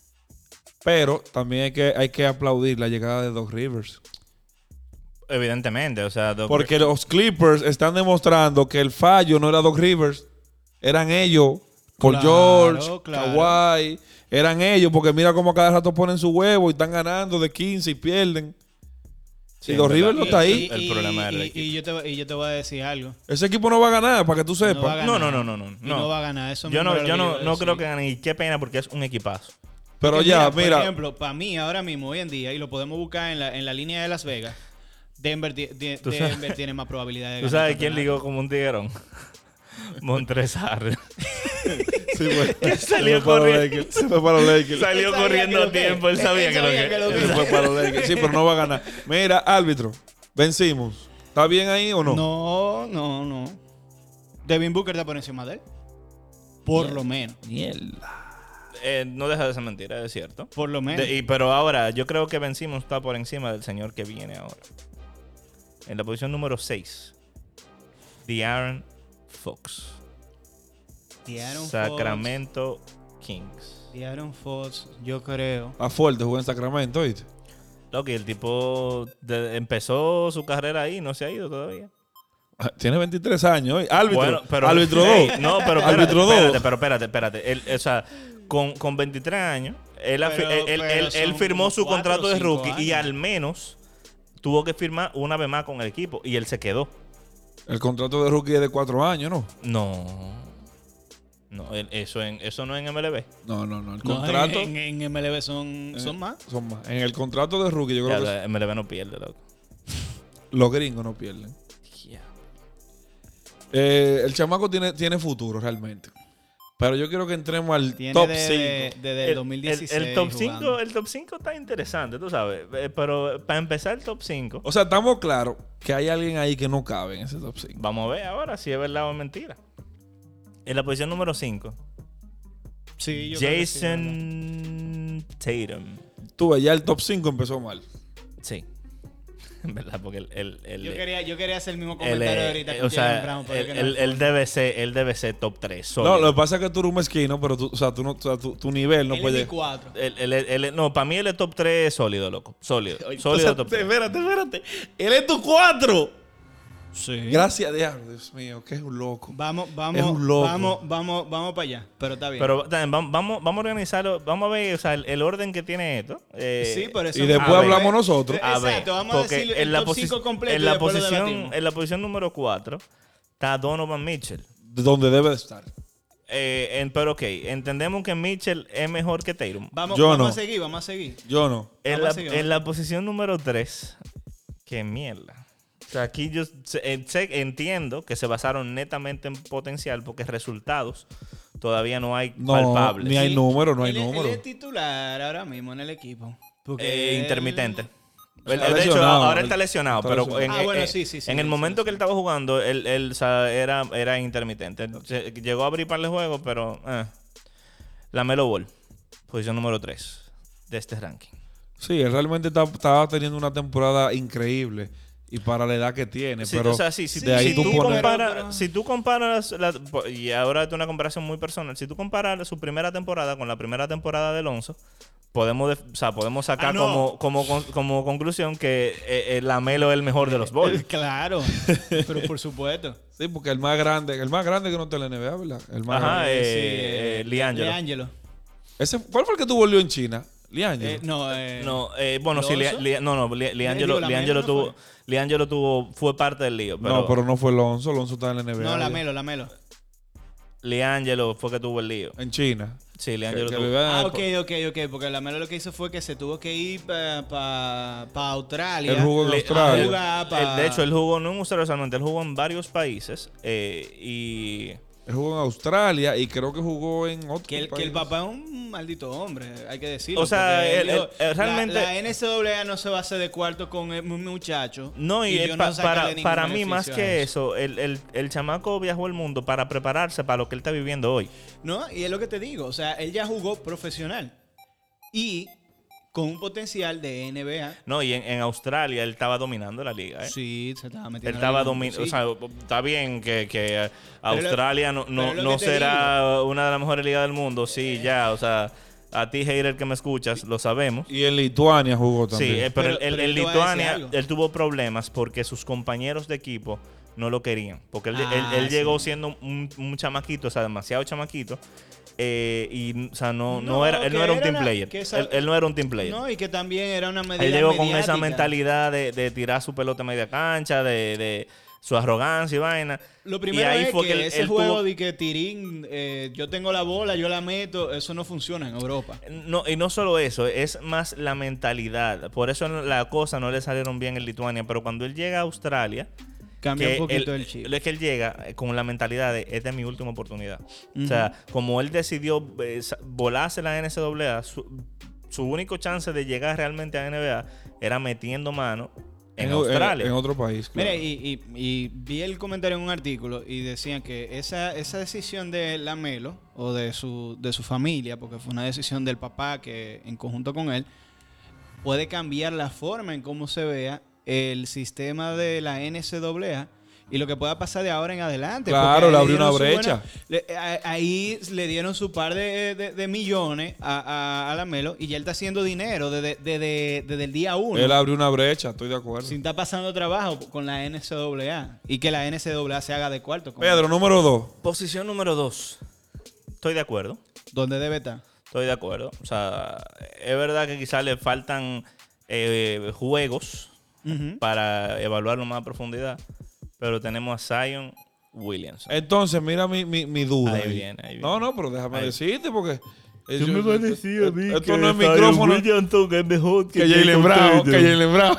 [SPEAKER 1] Pero también hay que, hay que aplaudir la llegada de Doc Rivers.
[SPEAKER 3] Evidentemente, o sea, Doc-
[SPEAKER 1] Porque los Clippers están demostrando que el fallo no era Doc Rivers, eran ellos, Paul
[SPEAKER 2] Claro,
[SPEAKER 1] George,
[SPEAKER 2] claro.
[SPEAKER 1] Kawhi, eran ellos, porque mira cómo cada rato ponen su huevo y están ganando de quince y pierden.
[SPEAKER 3] Sí,
[SPEAKER 1] Si Doc
[SPEAKER 3] en
[SPEAKER 1] Rivers
[SPEAKER 3] verdad.
[SPEAKER 1] no está ahí,
[SPEAKER 3] el problema del
[SPEAKER 2] y,
[SPEAKER 3] equipo.
[SPEAKER 2] y yo te, y yo te voy a decir algo.
[SPEAKER 1] ese equipo no va a ganar, para que tú
[SPEAKER 2] No va a
[SPEAKER 1] sepas.
[SPEAKER 2] ganar.
[SPEAKER 3] No, no, no, no, no.
[SPEAKER 2] Y
[SPEAKER 3] no.
[SPEAKER 2] no va a ganar. Eso
[SPEAKER 3] Yo
[SPEAKER 2] mismo
[SPEAKER 3] no,
[SPEAKER 2] era
[SPEAKER 3] yo
[SPEAKER 2] lo
[SPEAKER 3] no,
[SPEAKER 2] iba a
[SPEAKER 3] no
[SPEAKER 2] decir.
[SPEAKER 3] creo que gane. Y qué pena, porque es un equipazo.
[SPEAKER 1] Pero
[SPEAKER 2] Porque
[SPEAKER 1] ya,
[SPEAKER 2] Por
[SPEAKER 1] mira,
[SPEAKER 2] ejemplo, para mí, ahora mismo, hoy en día, y lo podemos buscar en la, en la línea de Las Vegas, Denver, ti- ti-
[SPEAKER 3] Tú sabes-
[SPEAKER 2] Denver tiene más probabilidad de
[SPEAKER 3] ¿Tú
[SPEAKER 2] ganar.
[SPEAKER 3] sabes
[SPEAKER 2] el
[SPEAKER 3] quién
[SPEAKER 2] campeonato.
[SPEAKER 3] ligó como un tiguerón? Montrezarre.
[SPEAKER 1] sí, pues,
[SPEAKER 3] Que
[SPEAKER 1] se
[SPEAKER 3] salió
[SPEAKER 1] fue para los
[SPEAKER 3] corriendo.
[SPEAKER 1] Lakers, se fue para los Lakers.
[SPEAKER 3] Salió
[SPEAKER 2] Él sabía
[SPEAKER 3] corriendo
[SPEAKER 2] que
[SPEAKER 3] a
[SPEAKER 2] lo que-
[SPEAKER 3] tiempo. Él sabía
[SPEAKER 2] él
[SPEAKER 3] que lo
[SPEAKER 2] sabía
[SPEAKER 3] que...
[SPEAKER 2] que lo que-
[SPEAKER 1] Se fue para los Lakers. Sí, pero no va a ganar. Mira, árbitro, vencimos. ¿Está bien ahí o no?
[SPEAKER 2] No, no, no. Devin Booker está por encima de él. Por lo menos.
[SPEAKER 1] Mierda.
[SPEAKER 3] Eh, no deja de ser mentira, es cierto.
[SPEAKER 2] Por lo menos.
[SPEAKER 3] De- y, pero ahora, yo creo que vencimos está por encima del señor que viene ahora. En la posición número seis, De'Aaron Fox.
[SPEAKER 2] De'Aaron
[SPEAKER 3] Sacramento Kings.
[SPEAKER 2] Fox, De'Aaron Fox, yo creo.
[SPEAKER 1] Está fuerte, jugó en Sacramento, ¿viste?
[SPEAKER 3] Lo que el tipo de- empezó su carrera ahí, no se ha ido todavía.
[SPEAKER 1] Ah, Tiene veintitrés años. ¿eh? Árbitro.
[SPEAKER 3] Bueno, pero-
[SPEAKER 1] árbitro
[SPEAKER 3] Ey,
[SPEAKER 1] dos.
[SPEAKER 3] No, pero espérate,
[SPEAKER 1] Árbitro dos.
[SPEAKER 3] espérate, pero espérate, espérate. Él, o sea, con, con veintitrés años, él,
[SPEAKER 2] Pero-
[SPEAKER 3] él- él-
[SPEAKER 2] pero
[SPEAKER 3] él- él
[SPEAKER 2] son
[SPEAKER 3] firmó
[SPEAKER 2] como
[SPEAKER 3] su
[SPEAKER 2] cuatro
[SPEAKER 3] contrato
[SPEAKER 2] o
[SPEAKER 3] de
[SPEAKER 2] cinco
[SPEAKER 3] rookie y
[SPEAKER 2] años.
[SPEAKER 3] al menos tuvo que firmar una vez más con el equipo y él se quedó.
[SPEAKER 1] El contrato de rookie es de cuatro años, ¿no?
[SPEAKER 3] No. No, él- eso, en, eso no es en M L B.
[SPEAKER 1] No, no, no. El
[SPEAKER 2] No,
[SPEAKER 1] contrato
[SPEAKER 2] en, en, en M L B son,
[SPEAKER 1] eh,
[SPEAKER 2] son más.
[SPEAKER 1] son más. En el contrato de rookie, yo
[SPEAKER 3] Ya,
[SPEAKER 1] creo que
[SPEAKER 3] la M L B no pierde, loco.
[SPEAKER 1] los gringos no pierden.
[SPEAKER 3] Ya.
[SPEAKER 1] Eh, el chamaco tiene, tiene futuro realmente. Pero yo quiero que entremos al
[SPEAKER 2] Tiene
[SPEAKER 1] top
[SPEAKER 2] desde,
[SPEAKER 1] cinco.
[SPEAKER 2] desde el dos mil dieciséis.
[SPEAKER 3] el, el top
[SPEAKER 2] jugando.
[SPEAKER 3] cinco, el top cinco está interesante, tú sabes. Eh, Pero para empezar el top cinco,
[SPEAKER 1] O sea, estamos claros que hay alguien ahí que no cabe en ese top cinco.
[SPEAKER 3] vamos a ver ahora si es verdad o es mentira. En la posición número cinco,
[SPEAKER 2] Sí, yo creo que sí, ¿verdad?
[SPEAKER 3] Jason Tatum.
[SPEAKER 1] Tú ves, ya el top cinco empezó mal.
[SPEAKER 3] Sí. en verdad, porque el... el, el
[SPEAKER 2] Yo quería, yo quería hacer el mismo
[SPEAKER 3] el,
[SPEAKER 2] comentario de
[SPEAKER 3] eh,
[SPEAKER 2] ahorita.
[SPEAKER 3] eh,
[SPEAKER 2] con
[SPEAKER 3] o sea,
[SPEAKER 2] Jaylen Brown, pero
[SPEAKER 3] el,
[SPEAKER 2] que no
[SPEAKER 3] el,
[SPEAKER 2] hay
[SPEAKER 3] el
[SPEAKER 2] forma.
[SPEAKER 3] debe ser, él debe ser top tres.
[SPEAKER 1] No, lo que pasa es que tú eres un mezquino, pero tú, o sea, tú no, o sea, tu, tu nivel no
[SPEAKER 2] Él es
[SPEAKER 1] puede.
[SPEAKER 2] mi cuatro.
[SPEAKER 3] El, el, el, el- no, para mí él es top tres sólido, loco. Sólido.
[SPEAKER 2] Oye,
[SPEAKER 3] Sólido
[SPEAKER 1] O sea,
[SPEAKER 3] top tres.
[SPEAKER 1] espérate, espérate. Él es tu cuatro.
[SPEAKER 2] Sí.
[SPEAKER 1] Gracias a Dios, Dios mío, que es un loco.
[SPEAKER 2] Vamos, vamos,
[SPEAKER 1] Es un loco.
[SPEAKER 2] vamos, vamos, vamos para allá. Pero está bien.
[SPEAKER 3] Pero también, vam- vamos, vamos a organizarlo. Vamos a ver, o sea, el, el orden que tiene esto. Eh,
[SPEAKER 2] sí, por eso.
[SPEAKER 1] y después
[SPEAKER 3] a ver.
[SPEAKER 1] hablamos nosotros.
[SPEAKER 3] A ver,
[SPEAKER 2] Exacto, vamos a
[SPEAKER 3] porque
[SPEAKER 2] decir
[SPEAKER 3] en
[SPEAKER 2] el
[SPEAKER 3] la,
[SPEAKER 2] top
[SPEAKER 3] posi-
[SPEAKER 2] cinco completo
[SPEAKER 3] en
[SPEAKER 2] y
[SPEAKER 3] la
[SPEAKER 2] después lo
[SPEAKER 3] posición
[SPEAKER 2] debatimos.
[SPEAKER 3] en la posición número cuatro está Donovan Mitchell.
[SPEAKER 1] De donde debe de estar.
[SPEAKER 3] Eh, en- pero ok, entendemos que Mitchell es mejor que Tatum.
[SPEAKER 2] Vamos,
[SPEAKER 1] Yo
[SPEAKER 2] vamos
[SPEAKER 1] no.
[SPEAKER 2] a seguir, vamos a seguir.
[SPEAKER 1] Yo no.
[SPEAKER 3] En
[SPEAKER 2] Vamos
[SPEAKER 3] la,
[SPEAKER 2] a seguir,
[SPEAKER 3] en
[SPEAKER 2] vamos.
[SPEAKER 3] la posición número tres, qué mierda. O sea, aquí yo sé- eh, sé- entiendo que se basaron netamente en potencial porque resultados todavía no hay
[SPEAKER 1] No,
[SPEAKER 3] palpables.
[SPEAKER 1] ni hay
[SPEAKER 2] Sí,
[SPEAKER 1] número, no hay
[SPEAKER 2] él es-
[SPEAKER 1] número.
[SPEAKER 2] Él es titular ahora mismo en el equipo. Porque
[SPEAKER 3] Eh,
[SPEAKER 2] él-
[SPEAKER 3] intermitente.
[SPEAKER 1] Está
[SPEAKER 3] Él- de hecho,
[SPEAKER 1] lesionado.
[SPEAKER 3] ahora él está lesionado,
[SPEAKER 1] Está
[SPEAKER 3] pero
[SPEAKER 1] lesionado.
[SPEAKER 3] en,
[SPEAKER 2] Ah, bueno,
[SPEAKER 3] eh,
[SPEAKER 2] sí, sí, sí,
[SPEAKER 3] en el
[SPEAKER 2] sí,
[SPEAKER 3] momento
[SPEAKER 2] sí.
[SPEAKER 3] que él estaba jugando, él, él, o sea, era, era intermitente. Él se- llegó a abrir par de juegos, pero... Eh. La Melo Ball, posición número tres de este ranking.
[SPEAKER 1] Sí, él realmente está- estaba teniendo una temporada increíble. Y para la edad que tiene.
[SPEAKER 3] Sí,
[SPEAKER 1] pero
[SPEAKER 3] o sea, sí, si,
[SPEAKER 2] sí,
[SPEAKER 1] de ahí
[SPEAKER 3] si
[SPEAKER 1] tú
[SPEAKER 3] tú
[SPEAKER 1] pones-
[SPEAKER 3] comparas,
[SPEAKER 2] pero-
[SPEAKER 3] si tú comparas la- y ahora es una comparación muy personal, si tú comparas su primera temporada con la primera temporada de Alonso, podemos, def- o sea, podemos sacar
[SPEAKER 2] Ah, no.
[SPEAKER 3] como, como, con- como conclusión que eh, eh, Lamelo es el mejor de los Bulls.
[SPEAKER 2] Claro, pero por supuesto.
[SPEAKER 1] Sí, porque el más grande, el más grande que no está en la N B A, ¿verdad? El más
[SPEAKER 3] Ajá,
[SPEAKER 1] grande.
[SPEAKER 3] eh,
[SPEAKER 2] Sí,
[SPEAKER 3] eh, Liangelo.
[SPEAKER 2] Liangelo.
[SPEAKER 1] Ese, ¿cuál fue el que tú volvió en China? Liangelo.
[SPEAKER 2] Eh, no, eh,
[SPEAKER 3] No, eh, bueno, sí,
[SPEAKER 2] ¿Lonzo?
[SPEAKER 3] Lia- Lia- no, no, Li- Liangelo,
[SPEAKER 2] digo, Lamelo
[SPEAKER 3] Liangelo
[SPEAKER 2] no
[SPEAKER 3] tuvo,
[SPEAKER 2] fue.
[SPEAKER 3] Liangelo tuvo, fue parte del lío, pero,
[SPEAKER 1] no, pero no fue Lonzo. Lonzo está en la N B A.
[SPEAKER 2] no,
[SPEAKER 1] ya.
[SPEAKER 2] la Melo, la Melo.
[SPEAKER 3] Liangelo fue que tuvo el lío.
[SPEAKER 1] En China.
[SPEAKER 3] Sí,
[SPEAKER 1] Que-
[SPEAKER 3] Liangelo
[SPEAKER 1] que
[SPEAKER 3] tuvo.
[SPEAKER 1] le vean-
[SPEAKER 2] Ah, ok, ok, ok. Porque la Melo lo que hizo fue que se tuvo que ir para pa, pa Australia.
[SPEAKER 1] Él jugó en
[SPEAKER 3] Le-
[SPEAKER 1] Australia.
[SPEAKER 2] a jugar pa-
[SPEAKER 3] Él, de hecho, él jugó no en Australia solamente, él jugó en varios países eh, y
[SPEAKER 1] Él jugó en Australia y creo que jugó en otro
[SPEAKER 2] Que el, que el papá es un maldito hombre, hay que decirlo.
[SPEAKER 3] O sea,
[SPEAKER 2] porque
[SPEAKER 3] él-
[SPEAKER 2] dijo,
[SPEAKER 3] él- él realmente-
[SPEAKER 2] La, la N C A A no se va a hacer de cuarto con el- un muchacho.
[SPEAKER 3] no, y,
[SPEAKER 2] y
[SPEAKER 3] él
[SPEAKER 2] yo
[SPEAKER 3] pa-
[SPEAKER 2] no sacarle
[SPEAKER 3] para,
[SPEAKER 2] ningún
[SPEAKER 3] para mí
[SPEAKER 2] beneficio
[SPEAKER 3] más
[SPEAKER 2] a
[SPEAKER 3] que
[SPEAKER 2] eso.
[SPEAKER 3] eso, el, el, el chamaco viajó el mundo para prepararse para lo que él está viviendo hoy.
[SPEAKER 2] No, y es lo que te digo. O sea, él ya jugó profesional. Y con un potencial de N B A.
[SPEAKER 3] No, y en, en Australia él estaba dominando la liga. ¿eh?
[SPEAKER 2] Sí, se estaba metiendo.
[SPEAKER 3] Él
[SPEAKER 2] en
[SPEAKER 3] estaba
[SPEAKER 2] la liga,
[SPEAKER 3] dominando.
[SPEAKER 2] sí.
[SPEAKER 3] O sea, está bien que, que
[SPEAKER 2] Pero lo-
[SPEAKER 3] Australia no, no,
[SPEAKER 2] pero lo
[SPEAKER 3] no
[SPEAKER 2] que te
[SPEAKER 3] será una de las mejores ligas del mundo. Sí, ya. O sea, a ti, hater que me escuchas, lo sabemos.
[SPEAKER 1] Y en Lituania jugó también.
[SPEAKER 3] Sí, eh, pero,
[SPEAKER 2] Pero-
[SPEAKER 3] él-
[SPEAKER 2] pero
[SPEAKER 3] en
[SPEAKER 2] yo te voy a decir
[SPEAKER 3] Lituania
[SPEAKER 2] algo.
[SPEAKER 3] él tuvo problemas porque sus compañeros de equipo no lo querían. Porque él,
[SPEAKER 2] Ah,
[SPEAKER 3] él- él
[SPEAKER 2] sí.
[SPEAKER 3] llegó siendo un, un chamaquito, o sea, demasiado chamaquito. eh, y, o sea, no, no
[SPEAKER 2] No,
[SPEAKER 3] era, él
[SPEAKER 2] que
[SPEAKER 3] no era un
[SPEAKER 2] era
[SPEAKER 3] team
[SPEAKER 2] una-
[SPEAKER 3] player.
[SPEAKER 2] que esa-
[SPEAKER 3] él, él no era un team player.
[SPEAKER 2] No, y que también era una medida.
[SPEAKER 3] Él llegó con esa
[SPEAKER 2] mediática.
[SPEAKER 3] mentalidad de, de tirar su pelota a media cancha, de, de su arrogancia y vaina.
[SPEAKER 2] Lo
[SPEAKER 3] Y
[SPEAKER 2] primero
[SPEAKER 3] ahí
[SPEAKER 2] es
[SPEAKER 3] fue
[SPEAKER 2] que,
[SPEAKER 3] que él-
[SPEAKER 2] ese
[SPEAKER 3] él
[SPEAKER 2] juego
[SPEAKER 3] tuvo-
[SPEAKER 2] de que Tirín, eh, yo tengo la bola, yo la meto, eso no funciona en Europa.
[SPEAKER 3] No, y no solo eso, es más la mentalidad. Por eso no- la cosa no le salieron bien en Lituania. Pero cuando él llega a Australia,
[SPEAKER 2] Cambia
[SPEAKER 3] que
[SPEAKER 2] un poquito
[SPEAKER 3] él-
[SPEAKER 2] el chip.
[SPEAKER 3] es que él llega eh, con la mentalidad de esta es mi última oportunidad. O sea, como él decidió eh, sa- volarse la N C A A, su, su único chance de llegar realmente a N B A era metiendo mano en, Australia.
[SPEAKER 1] En, otro país. claro.
[SPEAKER 2] Mira, y, y- y vi el comentario en un artículo y decían que esa, esa decisión de Lamelo o de su, de su familia, porque fue una decisión del papá que en conjunto con él, puede cambiar la forma en cómo se vea el sistema de la N C A A y lo que pueda pasar de ahora en adelante.
[SPEAKER 1] Claro,
[SPEAKER 2] porque
[SPEAKER 1] le
[SPEAKER 2] ahí
[SPEAKER 1] abrió una
[SPEAKER 2] dieron su
[SPEAKER 1] brecha.
[SPEAKER 2] buena- le- a- ahí le dieron su par de, de- de millones a, a, a Lamelo y ya él está haciendo dinero desde, desde, desde el día uno.
[SPEAKER 1] Él abrió una brecha, estoy de acuerdo.
[SPEAKER 2] Sin estar pasando trabajo con la N C A A y que la N C A A se haga de cuarto. con-
[SPEAKER 1] Pedro, número dos.
[SPEAKER 3] Posición número dos. Estoy de acuerdo.
[SPEAKER 2] Donde debe estar.
[SPEAKER 3] Estoy de acuerdo. O sea, es verdad que quizás le faltan eh, juegos
[SPEAKER 2] Ujú.
[SPEAKER 3] para evaluarlo más a profundidad. Pero tenemos a Zion Williamson.
[SPEAKER 1] Entonces, mira mi, mi, mi duda.
[SPEAKER 3] Ahí
[SPEAKER 1] ahí.
[SPEAKER 3] viene, ahí viene.
[SPEAKER 1] No, no, pero déjame
[SPEAKER 3] Ahí.
[SPEAKER 1] decirte porque... eh,
[SPEAKER 3] Tú
[SPEAKER 1] yo-
[SPEAKER 3] me vas a decir a mí
[SPEAKER 1] esto
[SPEAKER 3] que
[SPEAKER 1] no es
[SPEAKER 3] Zion
[SPEAKER 1] micrófono.
[SPEAKER 3] Williamson es mejor que,
[SPEAKER 1] Que Jalen
[SPEAKER 3] Jason
[SPEAKER 1] Brown,
[SPEAKER 3] Tatum.
[SPEAKER 1] que Jalen Brown.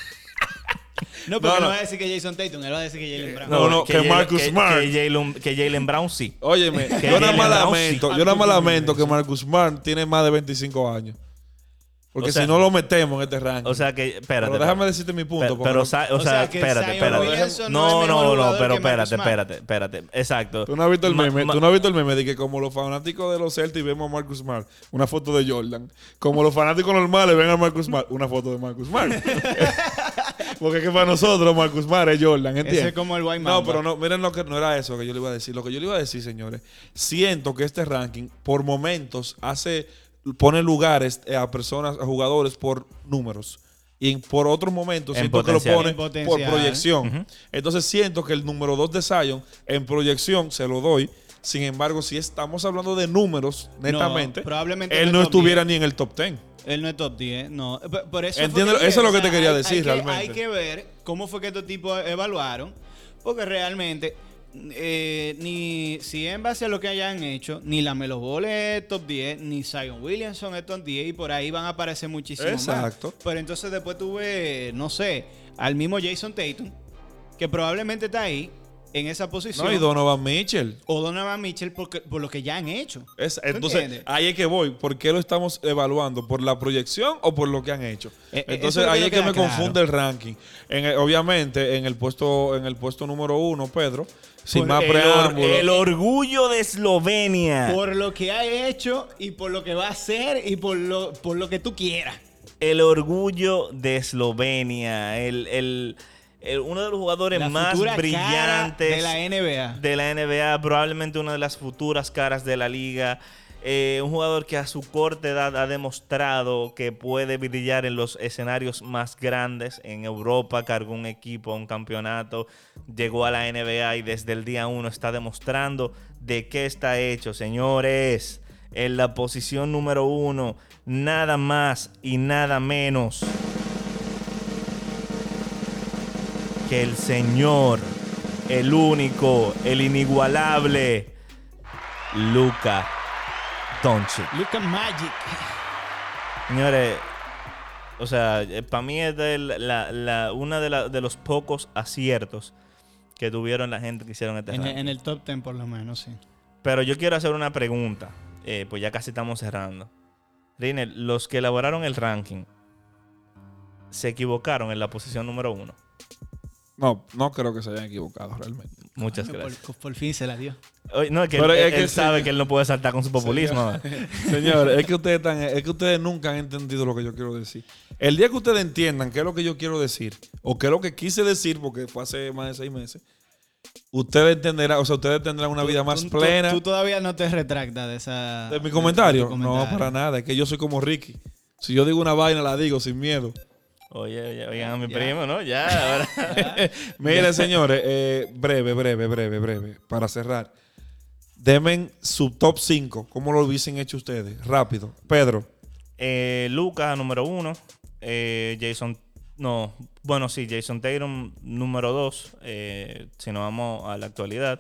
[SPEAKER 2] No, porque
[SPEAKER 1] No,
[SPEAKER 2] no,
[SPEAKER 1] no.
[SPEAKER 2] va a decir que Jason Tatum, él va a decir que Jalen Brown.
[SPEAKER 1] No, no, que
[SPEAKER 3] Jalen-
[SPEAKER 1] Marcus
[SPEAKER 3] que-
[SPEAKER 1] Smart.
[SPEAKER 3] Que Jalen, que Jalen Brown sí.
[SPEAKER 1] Óyeme,
[SPEAKER 3] Que
[SPEAKER 1] yo nada
[SPEAKER 3] Jalen
[SPEAKER 1] más
[SPEAKER 3] Brown
[SPEAKER 1] lamento,
[SPEAKER 3] sí.
[SPEAKER 1] yo nada más lamento que Marcus Smart tiene más de veinticinco años. Porque
[SPEAKER 3] O sea-
[SPEAKER 1] si no lo metemos en este ranking.
[SPEAKER 3] O sea que, espérate.
[SPEAKER 1] pero déjame
[SPEAKER 3] espérate.
[SPEAKER 1] decirte mi punto.
[SPEAKER 3] Pero,
[SPEAKER 1] porque
[SPEAKER 3] pero,
[SPEAKER 1] no-
[SPEAKER 3] sa- o
[SPEAKER 2] O
[SPEAKER 3] sea,
[SPEAKER 2] sea, que
[SPEAKER 3] espérate,
[SPEAKER 2] Zion
[SPEAKER 3] espérate.
[SPEAKER 2] Williamson no es
[SPEAKER 3] No,
[SPEAKER 2] mejor
[SPEAKER 3] no, no,
[SPEAKER 2] jugador
[SPEAKER 3] pero
[SPEAKER 2] que Marcus
[SPEAKER 3] espérate,
[SPEAKER 2] Smart.
[SPEAKER 3] espérate, espérate. Exacto.
[SPEAKER 1] Tú no has visto el
[SPEAKER 3] Ma-
[SPEAKER 1] meme,
[SPEAKER 3] ma-
[SPEAKER 1] tú no has visto el meme de que como los fanáticos de los Celtics vemos a Marcus Smart, una foto de Jordan. Como los fanáticos normales ven a Marcus Smart, una foto de Marcus Smart. Porque es que para nosotros Marcus Smart es Jordan, ¿entiendes?
[SPEAKER 2] Ese es como el White
[SPEAKER 1] No,
[SPEAKER 2] Mamba.
[SPEAKER 1] pero no, miren lo que no era eso que yo le iba a decir. Lo que yo le iba a decir, señores, siento que este ranking por momentos hace pone lugares a personas, a jugadores por números. Y por otros momentos
[SPEAKER 3] En
[SPEAKER 1] siento
[SPEAKER 3] potencial.
[SPEAKER 1] que lo pone
[SPEAKER 2] En potencial.
[SPEAKER 1] por proyección.
[SPEAKER 3] Uh-huh.
[SPEAKER 1] Entonces siento que el número dos de Zion en proyección se lo doy. Sin embargo, si estamos hablando de números, netamente,
[SPEAKER 2] No, probablemente
[SPEAKER 1] él
[SPEAKER 2] no
[SPEAKER 1] no
[SPEAKER 2] es top
[SPEAKER 1] estuviera ni en el top diez.
[SPEAKER 2] Él no es top diez, no. Por- Por eso, fue
[SPEAKER 1] Entiéndelo,
[SPEAKER 2] que
[SPEAKER 1] eso es lo
[SPEAKER 2] dije,
[SPEAKER 1] que te quería
[SPEAKER 2] hay-
[SPEAKER 1] decir,
[SPEAKER 2] hay que-
[SPEAKER 1] realmente.
[SPEAKER 2] Hay que ver cómo fue que estos tipos evaluaron, porque realmente, eh, ni si en base a lo que hayan hecho, ni la Melo Ball es top diez, ni Zion Williamson es top diez, y por ahí van a aparecer muchísimo
[SPEAKER 1] Exacto.
[SPEAKER 2] más. Pero entonces después tuve, no sé, al mismo Jason Tatum, que probablemente está ahí, en esa posición.
[SPEAKER 1] No, y Donovan Mitchell.
[SPEAKER 2] O Donovan Mitchell porque, por lo que ya han hecho.
[SPEAKER 1] Es-
[SPEAKER 2] ¿Tú
[SPEAKER 1] entonces,
[SPEAKER 2] entiendes?
[SPEAKER 1] ahí es que voy. ¿Por qué lo estamos evaluando? ¿Por la proyección o por lo que han hecho?
[SPEAKER 2] Eh, eh,
[SPEAKER 1] Entonces,
[SPEAKER 2] eso
[SPEAKER 1] ahí
[SPEAKER 2] no
[SPEAKER 1] es que
[SPEAKER 2] queda
[SPEAKER 1] me
[SPEAKER 2] claro.
[SPEAKER 1] confunde el ranking. En el- obviamente, en el puesto en el puesto número uno, Pedro, sin
[SPEAKER 2] Por
[SPEAKER 1] más
[SPEAKER 3] El, or-
[SPEAKER 1] preámbulos.
[SPEAKER 3] el orgullo de Eslovenia.
[SPEAKER 2] Por lo que ha hecho y por lo que va a hacer y por lo, por lo que tú quieras.
[SPEAKER 3] El orgullo de Eslovenia. El, el- el- uno de los jugadores
[SPEAKER 2] La
[SPEAKER 3] más
[SPEAKER 2] futura cara
[SPEAKER 3] brillantes
[SPEAKER 2] de la N B A.
[SPEAKER 3] de la N B A, probablemente una de las futuras caras de la liga. Eh, un jugador que a su corta edad ha demostrado que puede brillar en los escenarios más grandes. En Europa cargó un equipo, un campeonato, llegó a la N B A y desde el día uno está demostrando de qué está hecho, señores. En la posición número uno, nada más y nada menos que el señor, el único, el inigualable Luka Doncic.
[SPEAKER 2] Luka Magic.
[SPEAKER 3] Señores, o sea, para mí es de la, la- una de, la- de los pocos aciertos que tuvieron la gente que hicieron este
[SPEAKER 2] En,
[SPEAKER 3] ranking.
[SPEAKER 2] en el top diez por lo menos, sí.
[SPEAKER 3] Pero yo quiero hacer una pregunta, eh, pues ya casi estamos cerrando. Riner, los que elaboraron el ranking se equivocaron en la posición número uno.
[SPEAKER 1] No, no creo que se hayan equivocado realmente.
[SPEAKER 3] Muchas
[SPEAKER 2] Por,
[SPEAKER 3] gracias.
[SPEAKER 2] por fin se la dio.
[SPEAKER 3] Oye, no, es que
[SPEAKER 1] Pero
[SPEAKER 3] él,
[SPEAKER 1] es que
[SPEAKER 3] él sabe
[SPEAKER 1] sí.
[SPEAKER 3] que él no puede saltar con su populismo.
[SPEAKER 1] Señores, es que ustedes están, es que ustedes nunca han entendido lo que yo quiero decir. El día que ustedes entiendan qué es lo que yo quiero decir, o qué es lo que quise decir, porque fue hace más de seis meses, ustedes entenderán, o sea, ustedes tendrán una vida más
[SPEAKER 2] Tú- tú-
[SPEAKER 1] plena.
[SPEAKER 2] Tú, todavía no te retractas de esa.
[SPEAKER 1] ¿De mi comentario?
[SPEAKER 2] de tu
[SPEAKER 1] No,
[SPEAKER 2] comentario.
[SPEAKER 1] para nada. Es que yo soy como Ricky. Si yo digo una vaina, la digo sin miedo.
[SPEAKER 3] Oye, oye, oigan a mi
[SPEAKER 2] Ya.
[SPEAKER 3] primo, ¿no? Ya, ahora.
[SPEAKER 1] Miren, señores, eh, breve, breve, breve, breve, para cerrar. Denme su top cinco. ¿Cómo lo hubiesen hecho ustedes? Rápido. Pedro.
[SPEAKER 3] Eh, Lucas, número uno. Eh, Jason, no, bueno, sí, Jason Tatum, número dos. Eh, si nos vamos a la actualidad.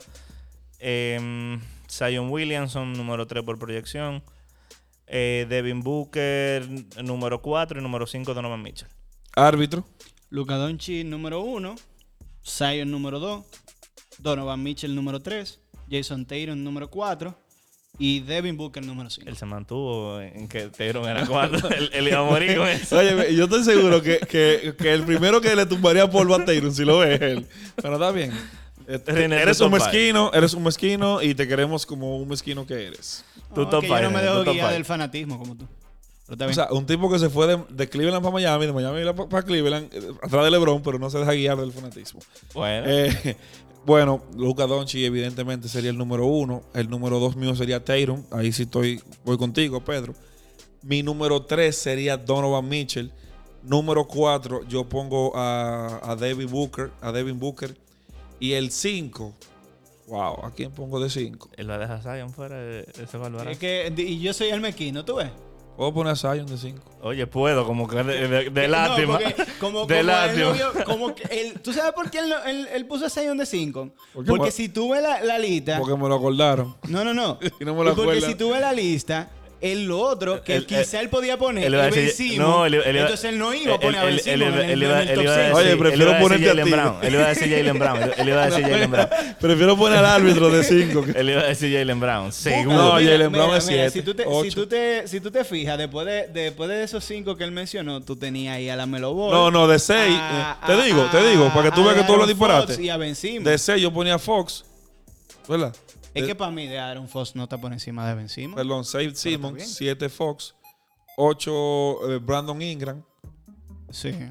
[SPEAKER 3] Eh, Zion Williamson, número tres por proyección. Eh, Devin Booker, número cuatro. Y número cinco, Donovan Mitchell.
[SPEAKER 1] Árbitro.
[SPEAKER 2] Luka Doncic número uno. Zion número dos. Donovan Mitchell número tres. Jason Tatum número cuatro. Y Devin Booker número cinco.
[SPEAKER 3] Él se mantuvo en que Tatum era cuatro. él, él iba a morir con eso.
[SPEAKER 1] Oye, yo estoy seguro que, que, que el primero que le tumbaría polvo a Tatum, si lo ve, es él. Pero está bien. Este,
[SPEAKER 3] René,
[SPEAKER 1] eres
[SPEAKER 3] tu
[SPEAKER 1] un
[SPEAKER 3] top five.
[SPEAKER 1] mezquino, eres un mesquino y te queremos como un mezquino que eres.
[SPEAKER 3] Tu
[SPEAKER 2] No,
[SPEAKER 3] top
[SPEAKER 2] que yo
[SPEAKER 3] five,
[SPEAKER 2] no me
[SPEAKER 3] René,
[SPEAKER 2] dejo
[SPEAKER 3] tu top
[SPEAKER 2] guiar
[SPEAKER 3] five.
[SPEAKER 2] del fanatismo como tú. Pero está
[SPEAKER 1] O
[SPEAKER 2] bien.
[SPEAKER 1] sea, un tipo que se fue de, de Cleveland para Miami, de Miami para Cleveland, eh, atrás de LeBron, pero no se deja guiar del fanatismo.
[SPEAKER 3] Bueno,
[SPEAKER 1] Eh, bueno, Luka Doncic evidentemente sería el número uno. El número dos mío sería Tatum. Ahí sí estoy, voy contigo, Pedro. Mi número tres sería Donovan Mitchell. Número cuatro, yo pongo a, a Devin Booker, a Devin Booker. Y el cinco, wow, ¿a quién pongo de cinco?
[SPEAKER 3] él va a dejar a Zion fuera de ese Valverde.
[SPEAKER 2] Es que, y yo soy el mequino, ¿tú ves?
[SPEAKER 1] Puedo poner a Zion de cinco.
[SPEAKER 3] Oye, puedo, como que de, de- de
[SPEAKER 2] No,
[SPEAKER 3] lástima.
[SPEAKER 2] porque como,
[SPEAKER 3] de
[SPEAKER 2] como
[SPEAKER 3] lástima.
[SPEAKER 2] él lo vio- como que él- ¿tú sabes por qué él, no- él- él puso a Zion de cinco?
[SPEAKER 1] ¿Por qué?
[SPEAKER 2] Porque
[SPEAKER 1] Por-
[SPEAKER 2] si tú ves la, la lista...
[SPEAKER 1] Porque me lo acordaron.
[SPEAKER 2] No, no, no.
[SPEAKER 1] Y no me lo
[SPEAKER 2] Y porque
[SPEAKER 1] acuerdan.
[SPEAKER 2] si tú ves la lista, el otro que
[SPEAKER 3] Él-
[SPEAKER 2] quizá él, podía poner,
[SPEAKER 3] él
[SPEAKER 2] él
[SPEAKER 3] iba a decir-
[SPEAKER 2] vencimos,
[SPEAKER 3] no, él- él iba-
[SPEAKER 2] entonces él no iba a poner a
[SPEAKER 3] él- él-
[SPEAKER 2] vencimos
[SPEAKER 3] él iba-
[SPEAKER 2] en el,
[SPEAKER 3] él iba-
[SPEAKER 2] en el
[SPEAKER 3] él
[SPEAKER 2] top
[SPEAKER 3] iba a
[SPEAKER 2] seis.
[SPEAKER 3] decir-
[SPEAKER 1] Oye,
[SPEAKER 3] él
[SPEAKER 1] prefiero
[SPEAKER 3] iba a decir
[SPEAKER 1] ponerte a
[SPEAKER 3] Jaylen
[SPEAKER 1] ti.
[SPEAKER 3] Brown. Él iba a decir Jaylen Brown. Él iba a decir Jaylen Brown.
[SPEAKER 1] Prefiero poner al árbitro de cinco.
[SPEAKER 3] Él iba a decir Jaylen Brown. Seguro.
[SPEAKER 1] No,
[SPEAKER 2] Mira,
[SPEAKER 1] Jaylen
[SPEAKER 2] mira,
[SPEAKER 1] Brown es
[SPEAKER 2] mira,
[SPEAKER 1] siete,
[SPEAKER 2] Si tú, te, si,
[SPEAKER 1] ocho.
[SPEAKER 2] tú te, si tú te fijas, después de, después de esos cinco que él mencionó, tú tenías ahí a la Melo Ball.
[SPEAKER 1] No, no, de seis.
[SPEAKER 2] a-
[SPEAKER 1] eh, te
[SPEAKER 2] a-
[SPEAKER 1] digo, te digo, para que tú
[SPEAKER 2] a
[SPEAKER 1] veas que tú hablas
[SPEAKER 2] Aaron
[SPEAKER 1] disparate.
[SPEAKER 2] Fox Y a Ben Simmons.
[SPEAKER 1] De seis yo ponía a Fox. ¿Verdad?
[SPEAKER 2] Es
[SPEAKER 1] De-
[SPEAKER 2] que para mí de Aaron Fox no está por encima de Ben Simmons.
[SPEAKER 1] Perdón, seis
[SPEAKER 2] está
[SPEAKER 1] Simmons,
[SPEAKER 2] bien.
[SPEAKER 1] siete Fox, ocho eh, Brandon Ingram,
[SPEAKER 2] Sí.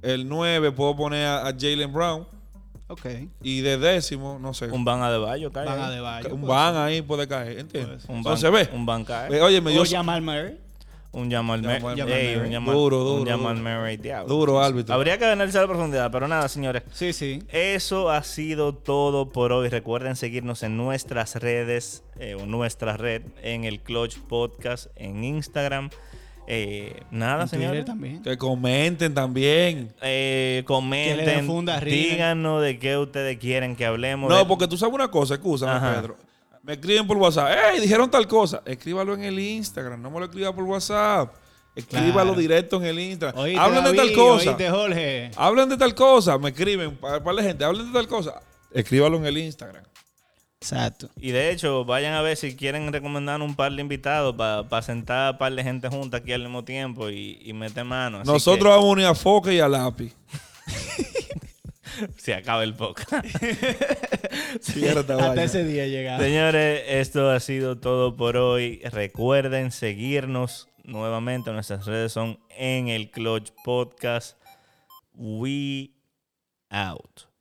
[SPEAKER 1] El nueve puedo poner a, a Jaylen Brown.
[SPEAKER 2] Ok.
[SPEAKER 1] Y de décimo, no sé.
[SPEAKER 3] Un van a de Bayo cae.
[SPEAKER 2] Van a
[SPEAKER 3] ahí.
[SPEAKER 2] de Bayo.
[SPEAKER 1] Un
[SPEAKER 2] puede
[SPEAKER 1] van
[SPEAKER 2] ser.
[SPEAKER 1] ahí puede caer, ¿entiendes?
[SPEAKER 2] Puede
[SPEAKER 3] Un van,
[SPEAKER 1] Entonces ve.
[SPEAKER 3] un van cae.
[SPEAKER 1] Ve, Oye, me dio
[SPEAKER 2] O Jamal Murray.
[SPEAKER 3] Un Jamal Murray.
[SPEAKER 1] Jamal
[SPEAKER 3] Ey,
[SPEAKER 2] Murray.
[SPEAKER 3] un Jamal,
[SPEAKER 1] Duro,
[SPEAKER 3] un
[SPEAKER 1] duro,
[SPEAKER 3] Jamal
[SPEAKER 1] duro.
[SPEAKER 3] Murray, diablo.
[SPEAKER 1] Duro árbitro.
[SPEAKER 3] Habría que analizar a profundidad, pero nada, señores.
[SPEAKER 2] Sí, sí.
[SPEAKER 3] Eso ha sido todo por hoy. Recuerden seguirnos en nuestras redes, eh, o nuestra red, en el Clutch Podcast, en Instagram. Eh, nada,
[SPEAKER 2] En Twitter
[SPEAKER 3] señores.
[SPEAKER 2] también.
[SPEAKER 1] Que comenten también.
[SPEAKER 3] Eh,
[SPEAKER 2] Que le
[SPEAKER 3] comenten,
[SPEAKER 2] den funda a Rina.
[SPEAKER 3] díganos de qué ustedes quieren que hablemos.
[SPEAKER 1] No,
[SPEAKER 3] de-
[SPEAKER 1] porque tú sabes una cosa, escúchame,
[SPEAKER 3] Ajá.
[SPEAKER 1] Pedro. Me escriben por WhatsApp. ¡Ey! Dijeron tal cosa. Escríbalo en el Instagram. No me lo escriba por WhatsApp. Escríbalo
[SPEAKER 2] Claro.
[SPEAKER 1] directo en el Instagram.
[SPEAKER 2] Oíste,
[SPEAKER 1] Hablen de tal
[SPEAKER 2] David,
[SPEAKER 1] cosa.
[SPEAKER 2] oíste, Jorge.
[SPEAKER 1] Hablen de tal cosa. Me escriben para la gente. Hablen de tal cosa. Escríbalo en el Instagram.
[SPEAKER 2] Exacto.
[SPEAKER 3] Y de hecho, vayan a ver si quieren recomendar un par de invitados para sentar a un par de gente junta aquí al mismo tiempo y, y meter mano. Así
[SPEAKER 1] Nosotros vamos a unir a Foca y a Lápiz.
[SPEAKER 3] que se acaba el podcast.
[SPEAKER 1] Cierra esta
[SPEAKER 2] Hasta
[SPEAKER 1] vaina.
[SPEAKER 2] ese día llegamos.
[SPEAKER 3] Señores, esto ha sido todo por hoy. Recuerden seguirnos nuevamente. Nuestras redes son en el Clutch Podcast. We out.